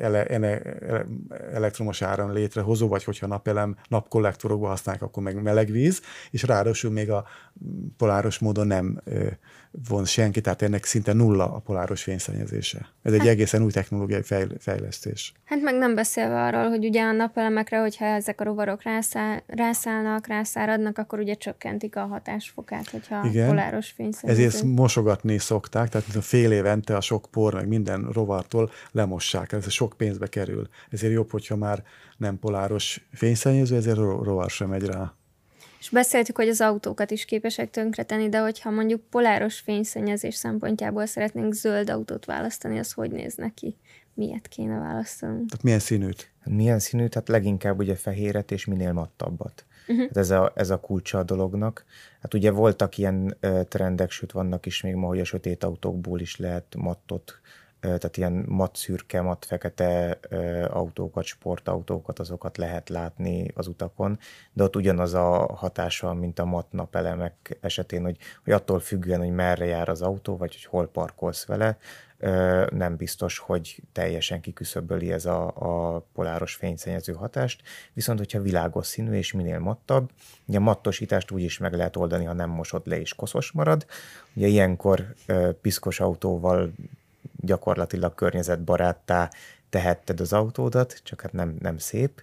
elektromos áram létrehozó, vagy hogyha napkollektorokba használják, akkor meg meleg víz, és ráadásul még a poláros módon nem von senki, tehát ennek szinte nulla a poláros fényszennyezése. Ez egy egészen új technológiai fejlesztés. Hát meg nem beszélve arról, hogy ugye a napelemekre, hogyha ezek a rovarok rászállnak, rászáradnak, akkor ugye csökkentik a hatásfokát, hogyha igen, poláros fényszennyező. Ezért mosogatni szokták, tehát fél évente a sok por, meg minden rovartól lemossák, ez sok pénzbe kerül. Ezért jobb, hogyha már nem poláros fényszennyező, ezért rovar sem megy rá. És beszéltük, hogy az autókat is képesek tönkretenni, de hogyha mondjuk poláros fényszennyezés szempontjából szeretnénk zöld autót választani, az hogy néz neki? Miért kéne választanunk? Tehát milyen színűt? Milyen színűt? Hát leginkább ugye fehéret és minél mattabbat. Hát ez a kulcsa a dolognak. Hát ugye voltak ilyen trendek, sőt vannak is még ma, hogy a sötét autókból is lehet mattot, tehát ilyen matt szürke, matt fekete autókat, sportautókat, azokat lehet látni az utakon, de ott ugyanaz a hatása, mint a matt napelemek esetén, hogy attól függően, hogy merre jár az autó, vagy hogy hol parkolsz vele, nem biztos, hogy teljesen kiküszöböli ez a poláros fényszennyező hatást, viszont hogyha világos színű és minél mattabb, ugye a mattosítást úgy is meg lehet oldani, ha nem mosod le és koszos marad. Ugye ilyenkor piszkos autóval gyakorlatilag környezetbaráttá tehetted az autódat, csak hát nem szép,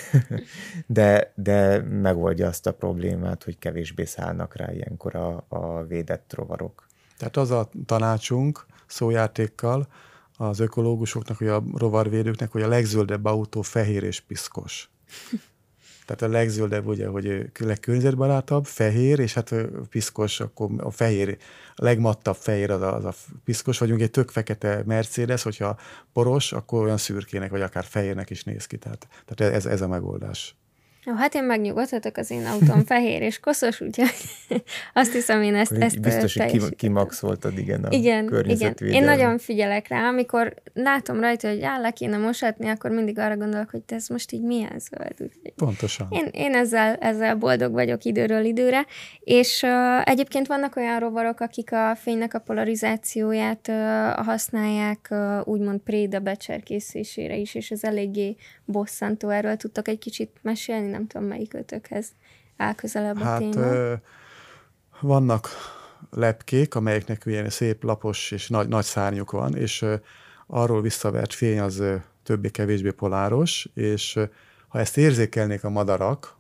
de megoldja azt a problémát, hogy kevésbé szállnak rá ilyenkor a védett rovarok. Tehát az a tanácsunk szójátékkal az ökológusoknak, vagy a rovarvédőknek, hogy a legzöldebb autó fehér és piszkos. Tehát a legzöldebb, ugye, hogy legkörnyezetbarátabb, fehér, és hát piszkos, akkor a fehér, a legmattabb fehér az a piszkos, vagyunk egy tök fekete Mercedes, hogyha poros, akkor olyan szürkének, vagy akár fehérnek is néz ki. Tehát ez a megoldás. Jó, hát én megnyugodhatok, az én autóm fehér és koszos, úgyhogy azt hiszem, én ezt biztos, hogy kimaxoltad, igen, a környezetvédelmet. Igen. Én nagyon figyelek rá, amikor látom rajta, hogy le kéne mosatni, akkor mindig arra gondolok, hogy ez most így milyen zöld. Úgyhogy pontosan. Én ezzel boldog vagyok időről időre, és egyébként vannak olyan rovarok, akik a fénynek a polarizációját használják úgymond préda becserkészésére is, és ez eléggé bosszantó. Erről tudtak egy kicsit mesélni? Nem tudom, melyik ötökhez áll közelebb a téma. Vannak lepkék, amelyeknek ilyen szép lapos és nagy szárnyuk van, és arról visszavert fény az többé-kevésbé poláros, és ha ezt érzékelnék a madarak,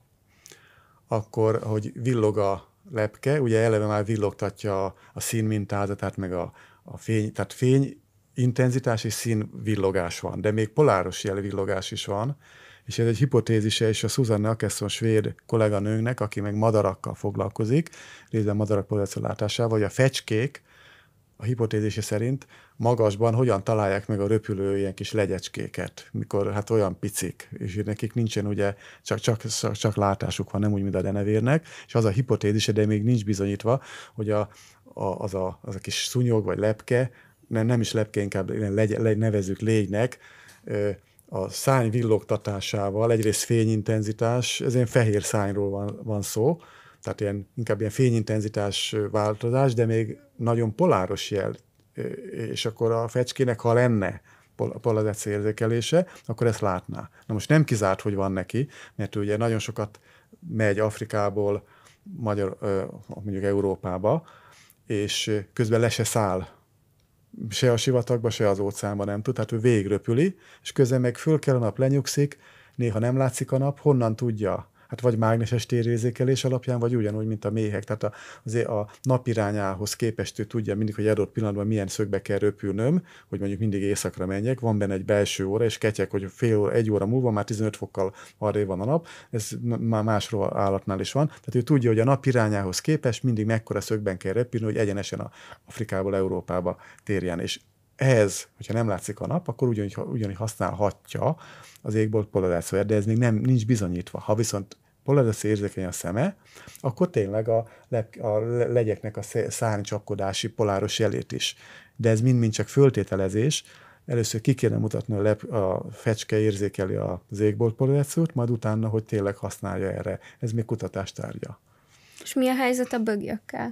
akkor, hogy villog a lepke, ugye eleve már villogtatja a színmintázatát, meg a fény, tehát fény intenzitás és színvillogás van, de még poláros jelvillogás is van, és ez egy hipotézise is a Susanne Akesson svéd kolléganőnknek, aki meg madarakkal foglalkozik, részben madarak polarizáció látásával, vagy a fecskék, a hipotézise szerint magasban hogyan találják meg a röpülő ilyen kis legyecskéket, mikor hát olyan picik, és nekik nincsen ugye, csak látásuk van, nem úgy, mint a denevérnek, és az a hipotézise, de még nincs bizonyítva, hogy az a kis szúnyog vagy lepke, nem is lepke, inkább nevezzük légynek, a szárny villogtatásával, egyrészt fényintenzitás, ez ilyen fehér szárnyról van szó, tehát inkább ilyen fényintenzitás változás, de még nagyon poláros jel, és akkor a fecskének, ha lenne polarizáció érzékelése, akkor ezt látná. Na most nem kizárt, hogy van neki, mert ugye nagyon sokat megy Afrikából mondjuk Európába, és közben le se száll se a sivatagba, se az óceánban nem tud, tehát ő végigröpüli, és közben meg föl kell a nap, lenyugszik, néha nem látszik a nap, honnan tudja? Hát vagy mágneses térérzékelés alapján, vagy ugyanúgy, mint a méhek. Tehát a napirányához képest ő tudja mindig, hogy adott pillanatban milyen szögbe kell röpülnöm, hogy mondjuk mindig éjszakra menjek, van benne egy belső óra, és ketyek, hogy egy óra múlva már 15 fokkal arrébb van a nap, ez már más állatnál is van. Tehát ő tudja, hogy a napirányához képest mindig mekkora szögben kell repülni, hogy egyenesen Afrikából Európába térjen. És ehhez, hogyha nem látszik a nap, akkor ugyanígy használhatja az égbolt polarizációját, de ez még nincs bizonyítva. Ha viszont polarizáció érzékeny a szeme, akkor tényleg a legyeknek a szárnycsapkodási poláros jelét is. De ez mind csak föltételezés. Először ki kéne mutatni, a fecske érzékeli az égbolt polarizációt, majd utána, hogy tényleg használja erre. Ez még kutatástárgya. És mi a helyzet a bögyökkel?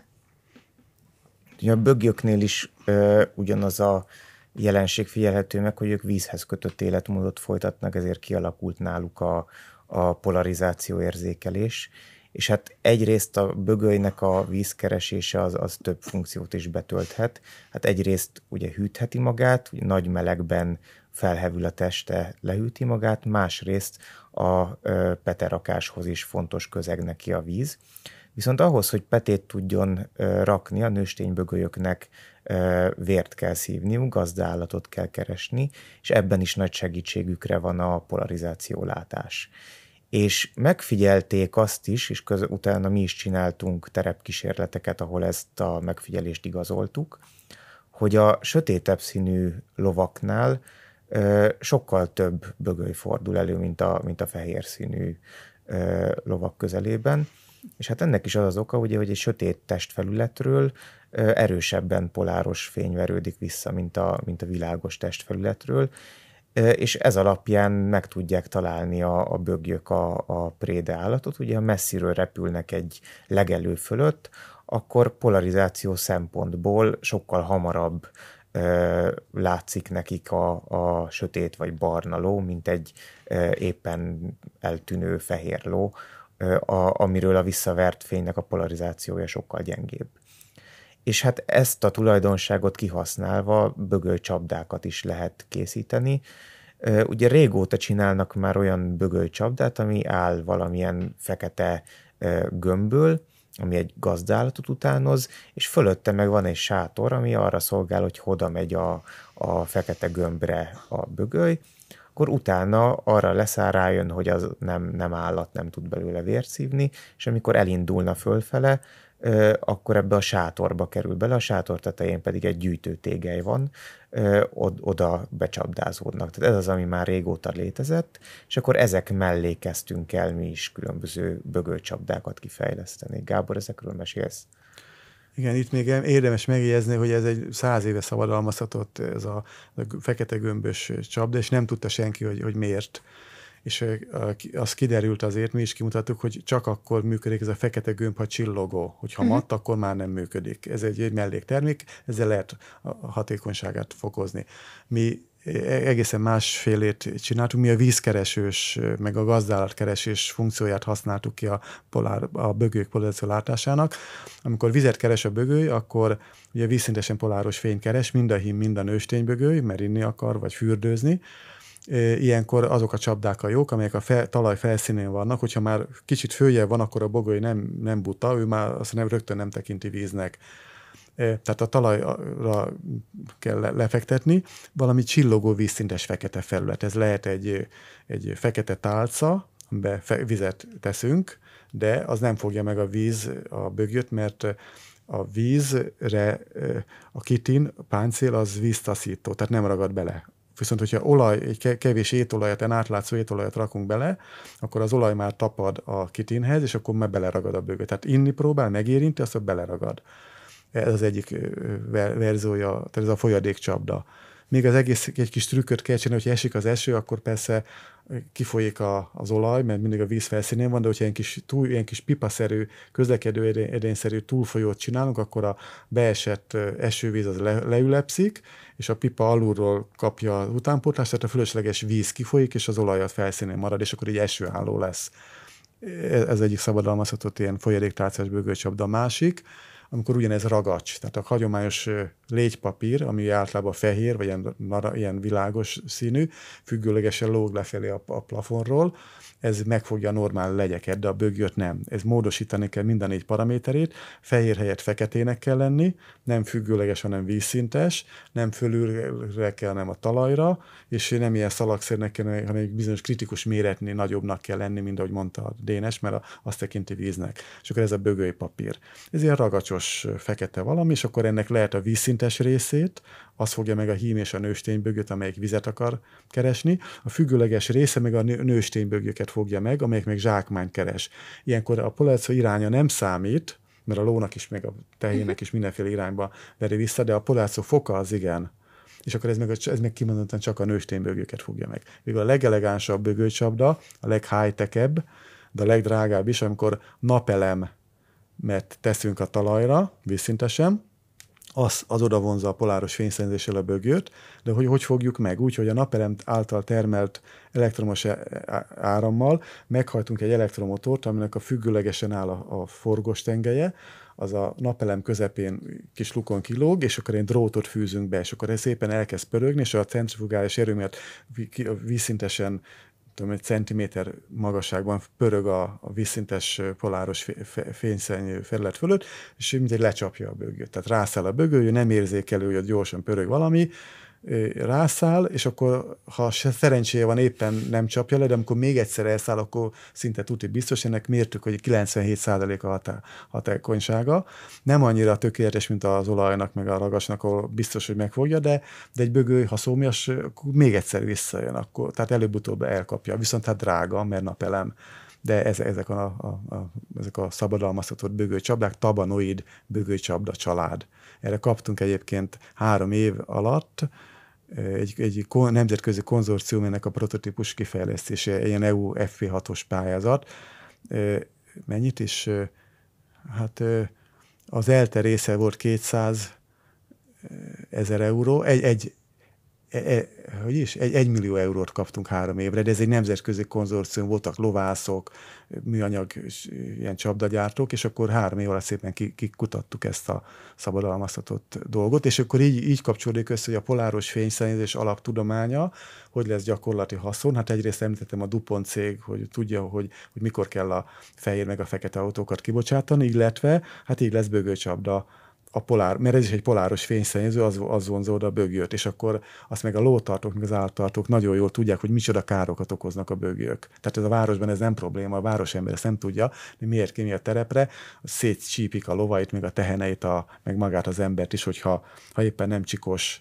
A bögyöknél is ugyanaz a jelenség figyelhető meg, hogy ők vízhez kötött életmódot folytatnak, ezért kialakult náluk a polarizáció érzékelés. És hát egyrészt a bögölynek a vízkeresése az több funkciót is betölthet. Hát egyrészt ugye hűtheti magát, ugye nagy melegben felhevül a teste, lehűti magát, másrészt a peterakáshoz is fontos közeg neki a víz. Viszont ahhoz, hogy petét tudjon rakni, a nősténybögölyöknek vért kell szívniuk, gazdaállatot kell keresni, és ebben is nagy segítségükre van a polarizációlátás. És megfigyelték azt is, és utána mi is csináltunk terepkísérleteket, ahol ezt a megfigyelést igazoltuk, hogy a sötétebb színű lovaknál sokkal több bögöly fordul elő, mint a fehér színű lovak közelében. És hát ennek is az oka, ugye, hogy egy sötét testfelületről erősebben poláros fény verődik vissza, mint a világos testfelületről, és ez alapján meg tudják találni a bögyök a préde állatot. Ugye, ha messziről repülnek egy legelő fölött, akkor polarizáció szempontból sokkal hamarabb látszik nekik a sötét vagy barna ló, mint egy éppen eltűnő fehér ló, amiről a visszavert fénynek a polarizációja sokkal gyengébb. És hát ezt a tulajdonságot kihasználva bögölycsapdákat is lehet készíteni. Ugye régóta csinálnak már olyan bögölycsapdát, ami áll valamilyen fekete gömbből, ami egy gazdálatot utánoz, és fölötte meg van egy sátor, ami arra szolgál, hogy oda megy a fekete gömbre a bögöly, akkor utána arra leszáll, rájön, hogy az nem állat, nem tud belőle vért szívni, és amikor elindulna fölfele, akkor ebbe a sátorba kerül bele, a sátor tetején pedig egy gyűjtőtégely van, oda becsapdázódnak. Tehát ez az, ami már régóta létezett, és akkor ezek mellé kezdtünk el mi is különböző bögölycsapdákat kifejleszteni. Gábor, ezekről mesélsz? Igen, itt még érdemes megjegyezni, hogy ez egy 100 éve szabadalmaztatott ez a fekete gömbös csapda, és nem tudta senki, hogy miért. És az kiderült azért, mi is kimutattuk, hogy csak akkor működik ez a fekete gömb, ha csillogó. Hogyha matt, akkor már nem működik. Ez egy melléktermék, ezzel lehet a hatékonyságát fokozni. Mi egészen másfélét csináltuk, mi a vízkeresős, meg a gazdálatkeresés funkcióját használtuk ki a bögők polarizáció látásának. Amikor vizet keres a bögöly, akkor ugye vízszintesen poláros fényt keres, mind a hím, mind a nősténybögöly, mert inni akar, vagy fürdőzni. Ilyenkor azok a csapdák a jók, amelyek a talaj felszínén vannak, hogyha már kicsit följebb van, akkor a bögöly nem buta, ő már azt rögtön nem tekinti víznek. Tehát a talajra kell lefektetni, valami csillogó vízszintes fekete felület. Ez lehet egy fekete tálca, amiben vizet teszünk, de az nem fogja meg a víz a bögöt, mert a vízre a kitin, a páncél az víztaszító, tehát nem ragad bele. Viszont, hogyha egy kevés étolajat, egy átlátszó étolajat rakunk bele, akkor az olaj már tapad a kitinhez, és akkor már beleragad a bögö. Tehát inni próbál, megérinti, azt beleragad. Ez az egyik verziója, tehát ez a folyadékcsapda. Még az egész egy kis trükköt kell csinálni, hogyha esik az eső, akkor persze kifolyik az olaj, mert mindig a víz felszínén van, de hogyha ilyen kis pipaszerű, közlekedő edényszerű túlfolyót csinálunk, akkor a beesett esővíz az leülepszik, és a pipa alulról kapja az utánpótlást, tehát a fölösleges víz kifolyik, és az olaj a felszínén marad, és akkor így esőálló lesz. Ez egyik szabadalmazhatott ilyen folyadéktálcás bögölycsapda. A másik, amikor ugyanez ragacs, tehát a hagyományos légypapír, ami általában fehér, vagy ilyen világos színű, függőlegesen lóg lefelé a plafonról, ez megfogja a normál legyeket, de a bögöt nem. Ez módosítani kell minden 4 paraméterét, fehér helyett feketének kell lenni, nem függőleges, hanem vízszintes, nem fölülre kell, hanem a talajra, és nem ilyen szalagszernek kell, hanem egy bizonyos kritikus méretnél nagyobbnak kell lenni, mint ahogy mondta a Dénes, mert azt tekinti víznek. És akkor ez a bögölypapír. Ez ilyen ragacsos fekete valami, és akkor ennek lehet a vízszintes részét, az fogja meg a hím és a nősténybögöt, amelyik vizet akar keresni. A függőleges része meg a nősténybögöket fogja meg, amelyik meg zsákmányt keres. Ilyenkor a polarizáció iránya nem számít, mert a lónak is, meg a tehének is mindenféle irányba veri vissza, de a polarizáció foka az igen. És akkor ez meg kimondottan csak a nősténybögöket fogja meg. Végül a legelegánsabb bögölycsapda, a leghigh-techebb, de a legdrágább is, amikor napelemet teszünk a talajra, vízszintesen, az oda vonza a poláros fényszennyezéssel a bögöt, de hogy fogjuk meg? Úgy, hogy a napelem által termelt elektromos árammal meghajtunk egy elektromotort, aminek a függőlegesen áll a forgós tengelye, az a napelem közepén kis lukon kilóg, és akkor egy drótot fűzünk be, és akkor ez szépen elkezd pörögni, és a centrifugális erő miatt vízszintesen egy centiméter magasságban pörög a vízszintes poláros fényszennyű felület fölött, és mindegy lecsapja a bögöt. Tehát rászáll a bögő, nem érzékelő, hogy gyorsan pörög valami, rászáll, és akkor, ha szerencséje van, éppen nem csapja le, de amikor még egyszer elszáll, akkor szinte tuti biztos, ennek mértük, hogy 97% a hatékonysága. Nem annyira tökéletes, mint az olajnak, meg a ragasnak, ahol biztos, hogy megfogja, de egy bögő, ha szómias, akkor még egyszer visszajön, akkor, tehát előbb-utóbb elkapja. Viszont hát drága, mert napelem. De ezek a szabadalmaztatott bögölycsapdák, tabanoid bögölycsapda család. Erre kaptunk egyébként 3 év alatt egy nemzetközi konzorcium, ennek a prototípus kifejlesztése, ilyen EU FP6-os pályázat. Mennyit is? Hát az ELTE része volt 200 1000 euró, 1 millió eurót kaptunk 3 évre, de ez egy nemzetközi konzorcium, voltak lovászok, műanyag ilyen csapdagyártók, és akkor 3 év alatt szépen kikutattuk ezt a szabadalmaztatott dolgot, és akkor így kapcsolódik össze, hogy a poláros fényszennyezés alaptudománya, hogy lesz gyakorlati haszon. Hát egyrészt említettem a DuPont cég, hogy tudja, hogy mikor kell a fehér meg a fekete autókat kibocsátani, illetve hát így lesz bögőcsapda, mert ez is egy poláros fényszennyező, az vonzó oda a bögőt, és akkor azt meg a lótartók, meg az állattartók nagyon jól tudják, hogy micsoda károkat okoznak a bögők. Tehát ez a városban ez nem probléma, a városember ezt nem tudja, de miért ki a terepre, szétcsípik a lovait, meg a teheneit, meg magát az embert is, ha éppen nem csikos,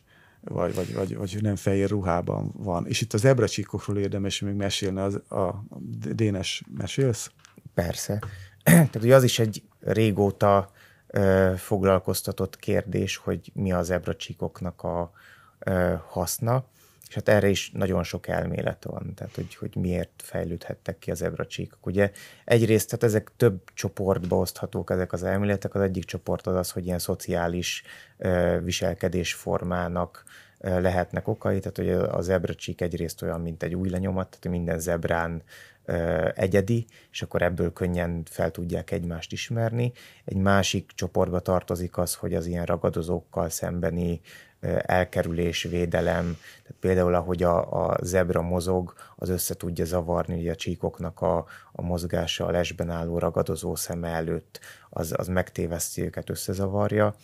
vagy nem fehér ruhában van. És itt a zebracsíkokról érdemes még mesélni, a Dénes, mesélsz? Persze. Tehát ugye az is egy régóta foglalkoztatott kérdés, hogy mi a zebracsíkoknak a haszna, és hát erre is nagyon sok elmélet van, tehát hogy miért fejlődhettek ki a zebracsíkok. Ugye egyrészt, tehát ezek több csoportba oszthatók ezek az elméletek, az egyik csoport az, hogy ilyen szociális viselkedésformának lehetnek okai, tehát hogy a zebracsík egyrészt olyan, mint egy új lenyomat, tehát minden zebrán egyedi, és akkor ebből könnyen fel tudják egymást ismerni. Egy másik csoportba tartozik az, hogy az ilyen ragadozókkal szembeni elkerülés, védelem, tehát például ahogy a zebra mozog, az össze tudja zavarni ugye a csíkoknak a mozgása a lesben álló ragadozó szeme előtt, az megtéveszti őket, összezavarja.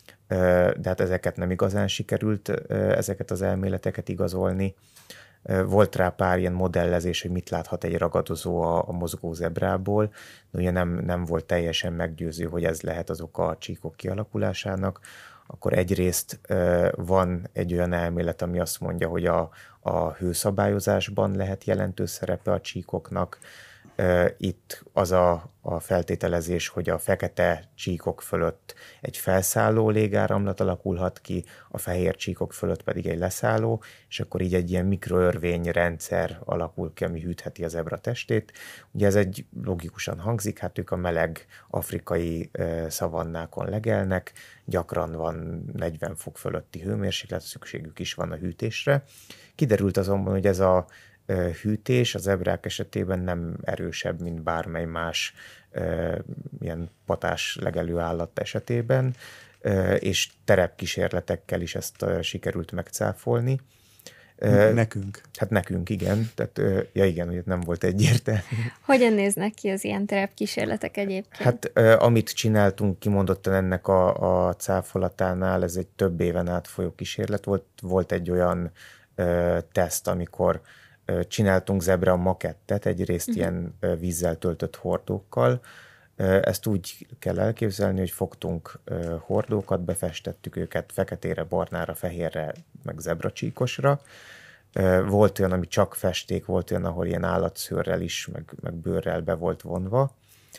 De hát ezeket nem igazán sikerült, ezeket az elméleteket igazolni. Volt rá pár ilyen modellezés, hogy mit láthat egy ragadozó a mozgó zebrából, de ugye nem volt teljesen meggyőző, hogy ez lehet az oka a csíkok kialakulásának. Akkor egyrészt van egy olyan elmélet, ami azt mondja, hogy a hőszabályozásban lehet jelentős szerepe a csíkoknak. Itt az a feltételezés, hogy a fekete csíkok fölött egy felszálló légáramlat alakulhat ki, a fehér csíkok fölött pedig egy leszálló, és akkor így egy ilyen mikroörvényrendszer alakul ki, ami hűtheti a zebra testét. Ugye ez egy logikusan hangzik, hát ők a meleg afrikai szavannákon legelnek, gyakran van 40 fok fölötti hőmérséklet, szükségük is van a hűtésre. Kiderült azonban, hogy ez a hűtés a zebrák esetében nem erősebb, mint bármely más ilyen patás legelő állat esetében, és terepkísérletekkel is ezt sikerült megcáfolni. Nekünk. Hát nekünk, igen. Tehát, ja igen, hogy nem volt egyértelmű. Hogyan néznek ki az ilyen terepkísérletek egyébként? Hát amit csináltunk kimondottan ennek a cáfolatánál, ez egy több éven át folyó kísérlet volt. Volt egy olyan teszt, amikor csináltunk zebra makettet, egyrészt ilyen vízzel töltött hordókkal. Ezt úgy kell elképzelni, hogy fogtunk hordókat, befestettük őket feketére, barnára, fehérre, meg zebracsíkosra. Volt olyan, ami csak festék, volt olyan, ahol ilyen állatszőrrel is, meg bőrrel be volt vonva.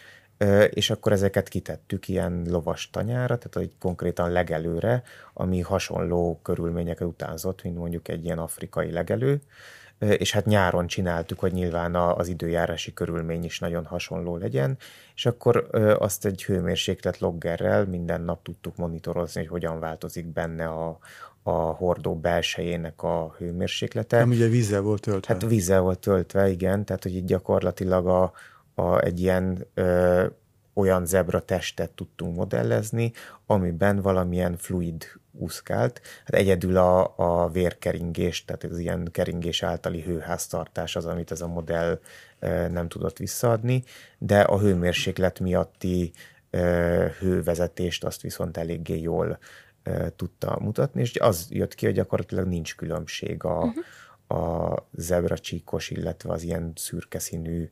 És akkor ezeket kitettük ilyen lovas tanyára, tehát egy konkrétan legelőre, ami hasonló körülményeket utánzott, mint mondjuk egy ilyen afrikai legelő. És hát nyáron csináltuk, hogy nyilván az időjárási körülmény is nagyon hasonló legyen, és akkor azt egy hőmérséklet loggerrel minden nap tudtuk monitorozni, hogy hogyan változik benne a hordó belsejének a hőmérséklete. Nem, ugye vízzel volt töltve. Hát vízzel volt töltve, igen, tehát hogy így gyakorlatilag egy ilyen olyan zebra testet tudtunk modellezni, amiben valamilyen fluid úszkált. Hát egyedül a vérkeringés, tehát az ilyen keringés általi hőháztartás az, amit ez a modell nem tudott visszaadni, de a hőmérséklet miatti hővezetést azt viszont eléggé jól tudta mutatni, és az jött ki, hogy gyakorlatilag nincs különbség a zebracsíkos, illetve az ilyen szürke színű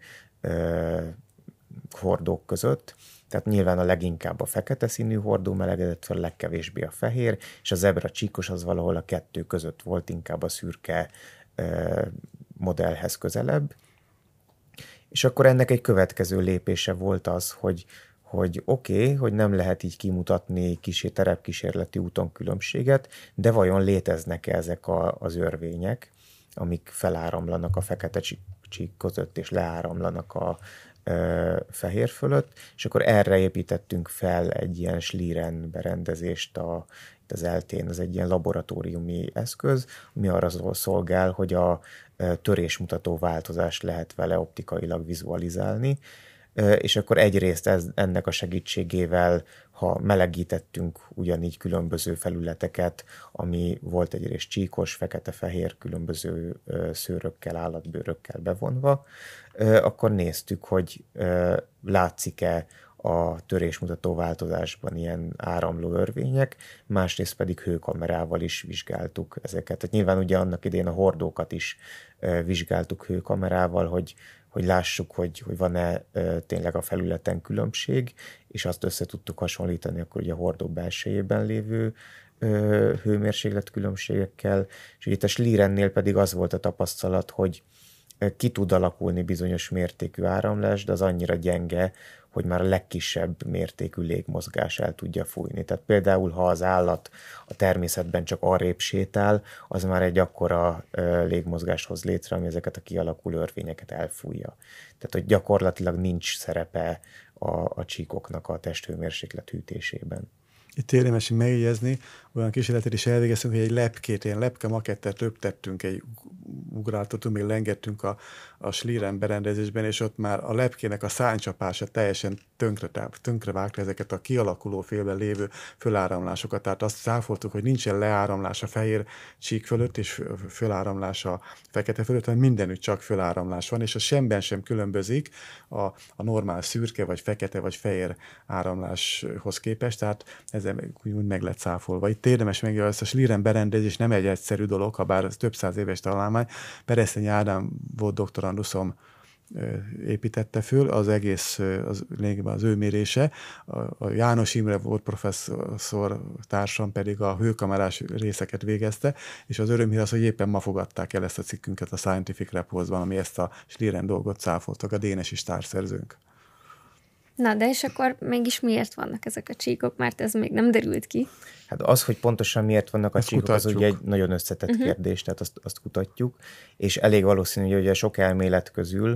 hordók között. Tehát nyilván a leginkább a fekete színű hordó melegedett fel, legkevésbé a fehér, és a zebra csíkos az valahol a kettő között volt, inkább a szürke modellhez közelebb. És akkor ennek egy következő lépése volt az, hogy oké, hogy nem lehet így kimutatni terepkísérleti úton különbséget, de vajon léteznek-e ezek az örvények, amik feláramlanak a fekete csík között, és leáramlanak a fehér fölött, és akkor erre építettünk fel egy ilyen Schlieren berendezést itt az eltén, ez egy ilyen laboratóriumi eszköz, ami arra szolgál, hogy a törésmutató változást lehet vele optikailag vizualizálni, és akkor egyrészt ennek a segítségével, ha melegítettünk ugyanígy különböző felületeket, ami volt egyrészt csíkos, fekete-fehér, különböző szőrökkel, állatbőrökkel bevonva, akkor néztük, hogy látszik-e a törésmutató változásban ilyen áramló örvények, másrészt pedig hőkamerával is vizsgáltuk ezeket. Tehát nyilván ugye annak idején a hordókat is vizsgáltuk hőkamerával, hogy lássuk, hogy van-e tényleg a felületen különbség, és azt össze tudtuk hasonlítani akkor ugye a hordó belsejében lévő hőmérséklet különbségekkel, és itt a Schlierennél pedig az volt a tapasztalat, hogy ki tud alakulni bizonyos mértékű áramlás, de az annyira gyenge, hogy már a legkisebb mértékű légmozgás el tudja fújni. Tehát például, ha az állat a természetben csak arrébb sétál, az már egy akkora légmozgást hoz létre, ami ezeket a kialakuló örvényeket elfújja. Tehát, hogy gyakorlatilag nincs szerepe a csíkoknak a testhőmérséklet hűtésében. Itt érdemes megjegyezni, olyan kísérletet is elvégeztünk, hogy egy lepkét, ilyen lepke makettet röptettünk, ugráltatunk, még lengettünk a Schlieren berendezésben, és ott már a lepkének a szárnycsapása teljesen tönkrevágta ezeket a kialakuló félben lévő föláramlásokat. Tehát azt cáfoltuk, hogy nincsen leáramlás a fehér csík fölött, és föláramlás a fekete fölött, hanem mindenütt csak föláramlás van, és az semben sem különbözik a normál szürke, vagy fekete, vagy fehér áramláshoz képest, tehát ezzel úgy meg lett cáfolva. Itt érdemes megjegyezni, a Schlieren berendezés nem egy egyszerű dolog, ha bár több száz éves találmány. Peresztényi Ádám volt doktoranduszom építette föl, az egész az ő mérése. A János Imre volt professzor társam pedig a hőkamerás részeket végezte, és az örömhír az, hogy éppen ma fogadták el ezt a cikkünket a Scientific Reports-ban, ami ezt a Schlieren dolgot cáfoltak, a Dénes társszerzőnk. Na, de és akkor mégis miért vannak ezek a csíkok? Mert ez még nem derült ki. Hát az, hogy pontosan miért vannak a csíkok, az ugye egy nagyon összetett kérdés, tehát azt kutatjuk, és elég valószínű, hogy ugye sok elmélet közül,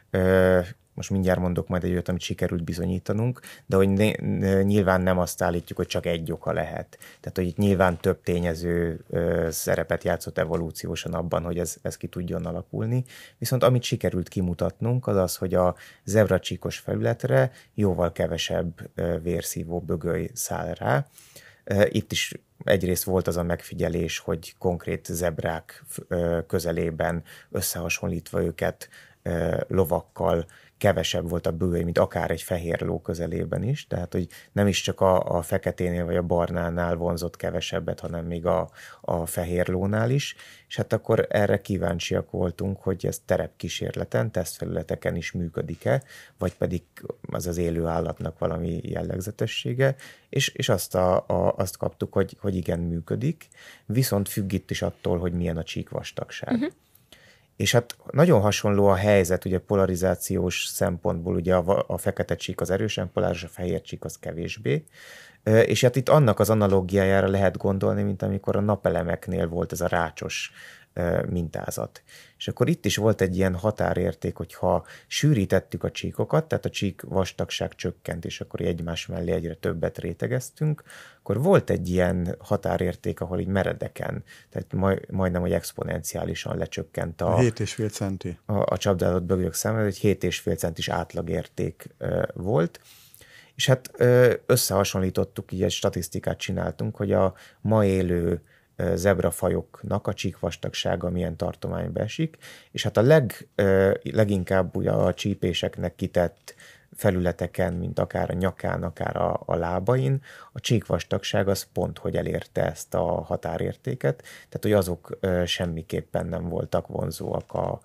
most mindjárt mondok majd egy olyat, amit sikerült bizonyítanunk, de hogy nyilván nem azt állítjuk, hogy csak egy oka lehet. Tehát, hogy itt nyilván több tényező szerepet játszott evolúciósan abban, hogy ez ki tudjon alakulni. Viszont amit sikerült kimutatnunk, az az, hogy a zebracsíkos felületre jóval kevesebb vérszívó bögöly száll rá. Itt is egyrészt volt az a megfigyelés, hogy konkrét zebrák közelében összehasonlítva őket lovakkal kevesebb volt a bögöly, mint akár egy fehér ló közelében is, tehát hogy nem is csak a feketénél vagy a barnánál vonzott kevesebbet, hanem még a fehér lónál is, és hát akkor erre kíváncsiak voltunk, hogy ez terepkísérleten, tesztfelületeken is működik-e, vagy pedig az élő állatnak valami jellegzetessége, és azt kaptuk, hogy igen, működik, viszont függ itt is attól, hogy milyen a csíkvastagság. És hát nagyon hasonló a helyzet, ugye polarizációs szempontból, ugye a fekete csík az erősen poláris, a fehér csík az kevésbé, és hát itt annak az analógiájára lehet gondolni, mint amikor a napelemeknél volt ez a rácsos mintázat. És akkor itt is volt egy ilyen határérték, hogyha sűrítettük a csíkokat, tehát a csík vastagság csökkent, és akkor egymás mellé egyre többet rétegeztünk, akkor volt egy ilyen határérték, ahol így meredeken, tehát majdnem, hogy exponenciálisan lecsökkent a 7,5 centi. A csapdázott bögök számára, egy 7,5 centis átlagérték volt, és hát összehasonlítottuk, így egy statisztikát csináltunk, hogy a ma élő zebrafajoknak a csíkvastagsága milyen tartományba esik, és hát a leginkább ugye a csípéseknek kitett felületeken, mint akár a nyakán, akár a lábain, a csíkvastagság az pont, hogy elérte ezt a határértéket, tehát hogy azok semmiképpen nem voltak vonzóak a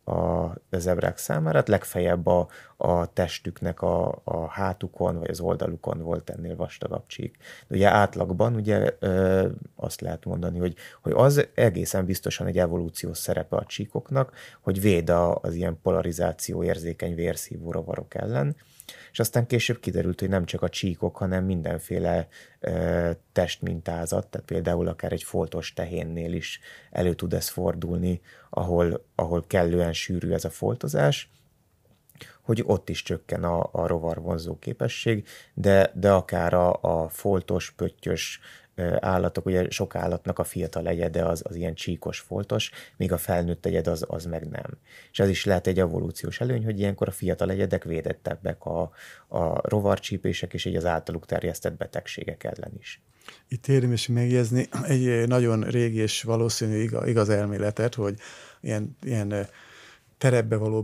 zebrák számára, hát legfeljebb a testüknek a hátukon, vagy az oldalukon volt ennél vastagabb csík. De ugye átlagban ugye azt lehet mondani, hogy az egészen biztosan egy evolúciós szerepe a csíkoknak, hogy véd az ilyen polarizáció érzékeny vérszívó rovarok ellen, és aztán később kiderült, hogy nem csak a csíkok, hanem mindenféle testmintázat, tehát például akár egy foltos tehénnél is elő tud ez fordulni, ahol kellően sűrű ez a foltozás, hogy ott is csökken a rovarvonzó képesség, de akár a foltos, pöttyös állatok, ugye sok állatnak a fiatal egyede az ilyen csíkos foltos, míg a felnőtt egyed az meg nem. És ez is lehet egy evolúciós előny, hogy ilyenkor a fiatal egyedek védettebbek a rovarcsípések és így az általuk terjesztett betegségek ellen is. Itt érdemes megjegyezni egy nagyon régi és valószínű igaz elméletet, hogy ilyen terepbe való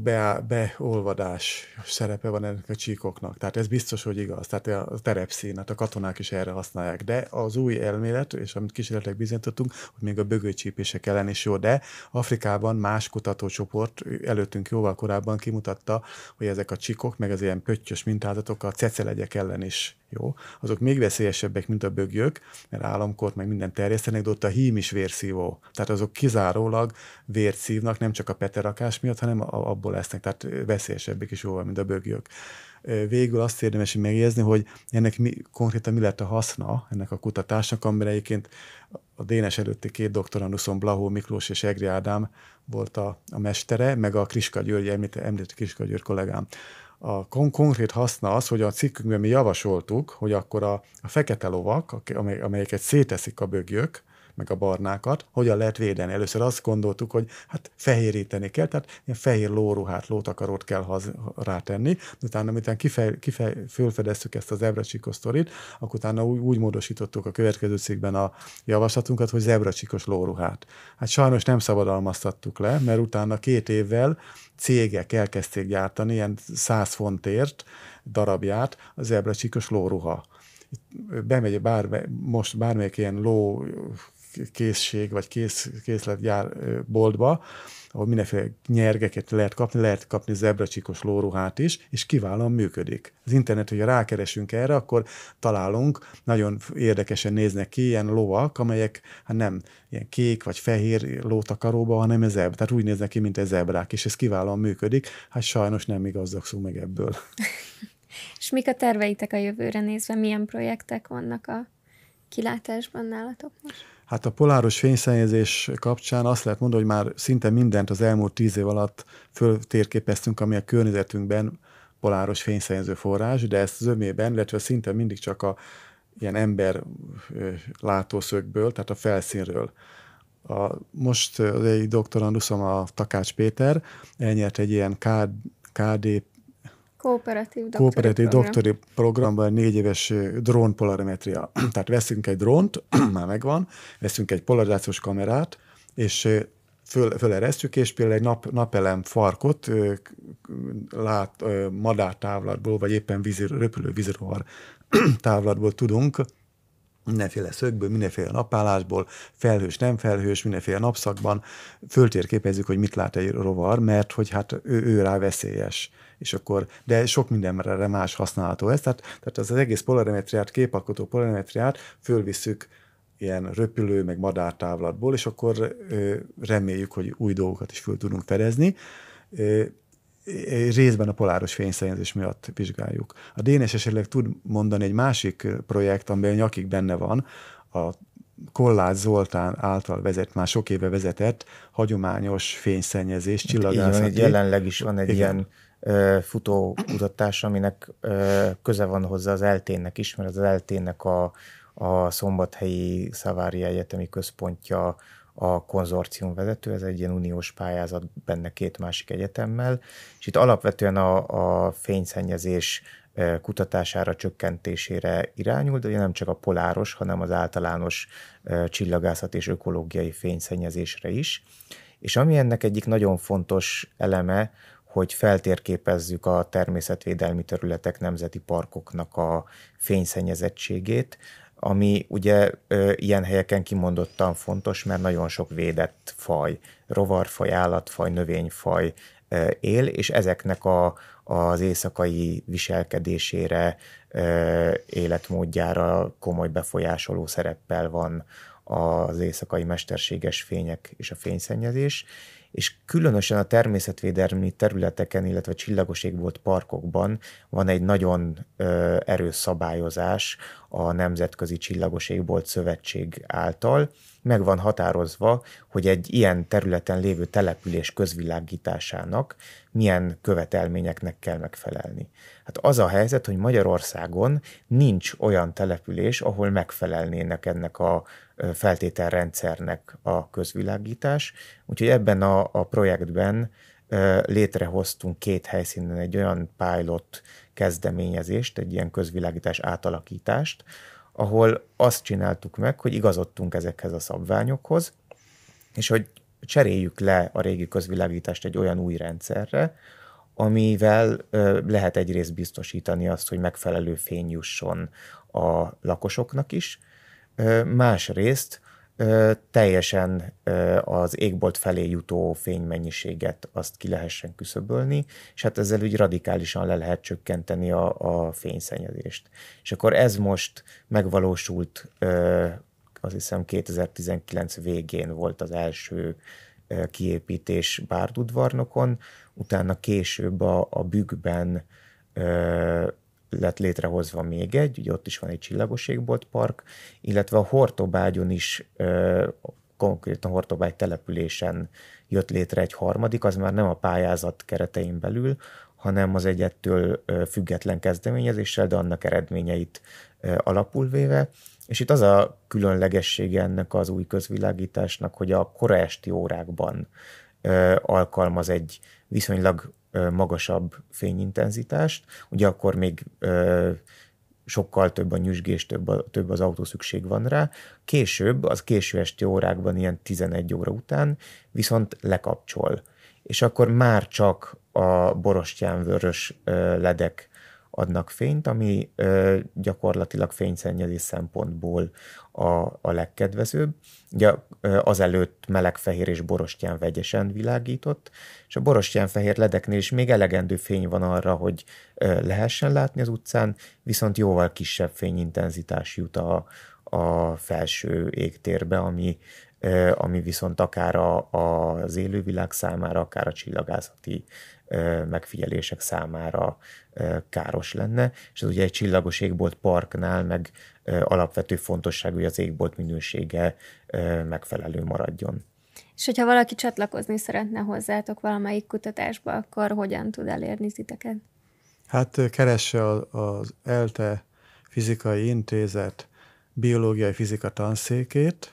beolvadás szerepe van ennek a csíkoknak. Tehát ez biztos, hogy igaz. Tehát a terepszínet, a katonák is erre használják. De az új elmélet, és amit kísérletek bizonyítottunk, hogy még a bögőcsípések ellen is jó, de Afrikában más kutatócsoport előttünk jóval korábban kimutatta, hogy ezek a csíkok, meg az ilyen pöttyös mintázatok a cecelegyek ellen is jó. Azok még veszélyesebbek, mint a bögyök, mert álomkort meg minden terjesztenek, de ott a hím is vérszívó. Tehát azok kizárólag vért szívnak, nem csak a peterakás miatt, hanem abból lesznek, tehát veszélyesebbek is jóval, mint a bögyök. Végül azt érdemes megjegyezni, hogy ennek konkrétan mi lett a haszna ennek a kutatásnak, amire egyébként a Dénes előtti 2 doktoranduszon, Blahó Miklós és Egri Ádám volt a mestere, meg a Kriska György, említett Kriska György kollégám. A konkrét haszna az, hogy a cikkünkben mi javasoltuk, hogy akkor a fekete lovak, amelyeket széteszik a bögyök, meg a barnákat, hogyan lehet védeni. Először azt gondoltuk, hogy hát fehéríteni kell, tehát ilyen fehér lóruhát, lótakarót kell rátenni, utána, miután fölfedeztük ezt a zebracsíkos sztorit, akkor utána úgy módosítottuk a következő cikkben a javaslatunkat, hogy zebracsíkos lóruhát. Hát sajnos nem szabadalmaztattuk le, mert utána 2 évvel cégek elkezdték gyártani ilyen 100 fontért darabját a zebracsíkos lóruha. Bemegy most bármelyik ilyen ló készség vagy készletgyár boltba, ahol mindenféle nyergeket lehet kapni zebracsíkos lóruhát is, és kiválóan működik. Az internet, hogyha rákeresünk erre, akkor találunk, nagyon érdekesen néznek ki ilyen lovak, amelyek hát nem ilyen kék vagy fehér lótakaróba, hanem tehát úgy néznek ki, mint egy zebrák, és ez kiválóan működik. Hát sajnos nem mi gazdagszunk meg ebből. És mik a terveitek a jövőre nézve? Milyen projektek vannak a kilátásban nálatok most? Hát a poláros fényszennyezés kapcsán azt lehet mondani, hogy már szinte mindent az elmúlt 10 év alatt föltérképeztünk, ami a környezetünkben poláros fényszennyező forrás, de ezt zömében, illetve szinte mindig csak a ilyen ember látószögből, tehát a felszínről. Most az egy doktoranduszom, a Takács Péter, elnyert egy ilyen KD Kooperatív doktori programban 4 éves drónpolarimetria. Tehát veszünk egy drónt, már megvan, veszünk egy polarizációs kamerát, és föleresztjük, és például egy napelem farkot madártávlatból, vagy éppen röpülő vízirovar távlatból tudunk, mindenféle szögből, mindenféle napállásból, felhős, nem felhős, mindenféle napszakban föltérképezzük, hogy mit lát egy rovar, mert hogy hát ő rá veszélyes. És akkor, de sok mindenre más használható ez, tehát az egész polarimetriát, képalkotó polarimetriát fölvisszük ilyen röpülő, meg madártávlatból, és akkor reméljük, hogy új dolgokat is föl tudunk fedezni. Részben a poláros fényszennyezés miatt vizsgáljuk. A Dénes esetleg tud mondani egy másik projekt, amiben nyakig benne van, a Kollász Zoltán által már sok éve vezetett hagyományos fényszennyezés, csillagászati. Jelenleg is van egy ilyen futókutatás, aminek köze van hozzá az ELTE-nek is, mert az ELTE-nek a Szombathelyi Szavária Egyetemi Központja a konzorcium vezető, ez egy ilyen uniós pályázat benne 2 másik egyetemmel, és itt alapvetően a fényszennyezés kutatására, csökkentésére irányul, de nem csak a poláros, hanem az általános csillagászat és ökológiai fényszennyezésre is. És ami ennek egyik nagyon fontos eleme, hogy feltérképezzük a természetvédelmi területek, nemzeti parkoknak a fényszennyezettségét, ami ugye ilyen helyeken kimondottan fontos, mert nagyon sok védett faj, rovarfaj, állatfaj, növényfaj él, és ezeknek az éjszakai viselkedésére, életmódjára komoly befolyásoló szereppel van az éjszakai mesterséges fények és a fényszennyezés, és különösen a természetvédelmi területeken, illetve csillagos égbolt parkokban van egy nagyon erős szabályozás a Nemzetközi Csillagos Égbolt Szövetség által. Meg van határozva, hogy egy ilyen területen lévő település közvilágításának milyen követelményeknek kell megfelelni. Hát az a helyzet, hogy Magyarországon nincs olyan település, ahol megfelelnének ennek a feltételrendszernek a közvilágítás. Úgyhogy ebben a projektben létrehoztunk 2 helyszínen egy olyan pilot kezdeményezést, egy ilyen közvilágítás átalakítást, ahol azt csináltuk meg, hogy igazodtunk ezekhez a szabványokhoz, és hogy cseréljük le a régi közvilágítást egy olyan új rendszerre, amivel lehet egyrészt biztosítani azt, hogy megfelelő fény jusson a lakosoknak is, másrészt teljesen az égbolt felé jutó fénymennyiséget azt ki lehessen küszöbölni, és hát ezzel úgy radikálisan le lehet csökkenteni a fényszennyezést. És akkor ez most megvalósult, azt hiszem 2019 végén volt az első kiépítés Bárdudvarnokon, utána később a Bükkben lett létrehozva még egy, ugye ott is van egy csillagos égboltpark, illetve a Hortobágyon is, konkrétan Hortobágy településen jött létre egy harmadik, az már nem a pályázat keretein belül, hanem az egy ettől független kezdeményezéssel, de annak eredményeit alapul véve. És itt az a különlegessége ennek az új közvilágításnak, hogy a kora esti órákban alkalmaz egy viszonylag magasabb fényintenzitást, ugye akkor még sokkal több a nyüzsgés, több az autószükség van rá. Később, az késő esti órákban, ilyen 11 óra után viszont lekapcsol. És akkor már csak a borostyánvörös ledek adnak fényt, ami gyakorlatilag fényszennyezés szempontból a legkedvezőbb. Ugye azelőtt melegfehér és borostyán vegyesen világított, és a borostyánfehér ledeknél is még elegendő fény van arra, hogy lehessen látni az utcán, viszont jóval kisebb fényintenzitás jut a felső égtérbe, ami viszont akár az élővilág számára, akár a csillagászati megfigyelések számára káros lenne, és ez ugye egy csillagos égbolt parknál meg alapvető fontosságú, hogy az égbolt minősége megfelelő maradjon. És hogyha valaki csatlakozni szeretne hozzátok valamelyik kutatásba, akkor hogyan tud elérni titeket? Hát keresse az ELTE Fizikai Intézet biológiai fizika tanszékét,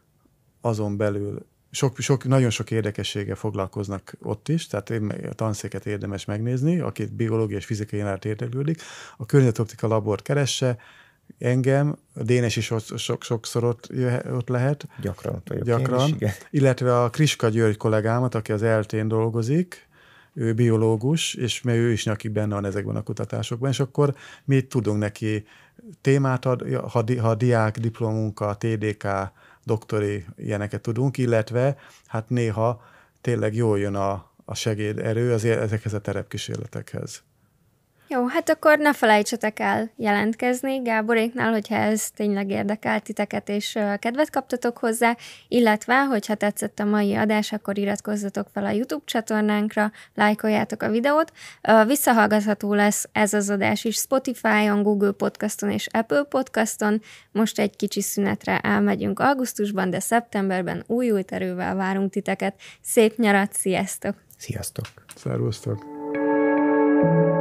azon belül nagyon sok érdekességgel foglalkoznak ott is, tehát a tanszéket érdemes megnézni, akit biológia és fizikai iránt érdeklődik. A környezetoptika labort keresse, engem, a Dénes is sokszor ott lehet. Gyakran ott vagyok Gyakran. Én is, Illetve a Kriska György kollégámat, aki az ELTE-n dolgozik, ő biológus, és ő is nyakig benne van ezekben a kutatásokban, és akkor mi tudunk neki témát ad, ha diák, diplomunka, TDK, doktori ilyeneket tudunk, illetve hát néha tényleg jól jön a segéderő ezekhez a terepkísérletekhez. Jó, hát akkor ne felejtsetek el jelentkezni Gáboréknál, hogyha ez tényleg érdekel titeket, és kedvet kaptatok hozzá, illetve, hogyha tetszett a mai adás, akkor iratkozzatok fel a YouTube csatornánkra, lájkoljátok a videót. Visszahallgatható lesz ez az adás is Spotify-on, Google Podcaston és Apple Podcaston. Most egy kicsi szünetre elmegyünk augusztusban, de szeptemberben újult erővel várunk titeket. Szép nyarat, sziasztok! Sziasztok! Szervusztok!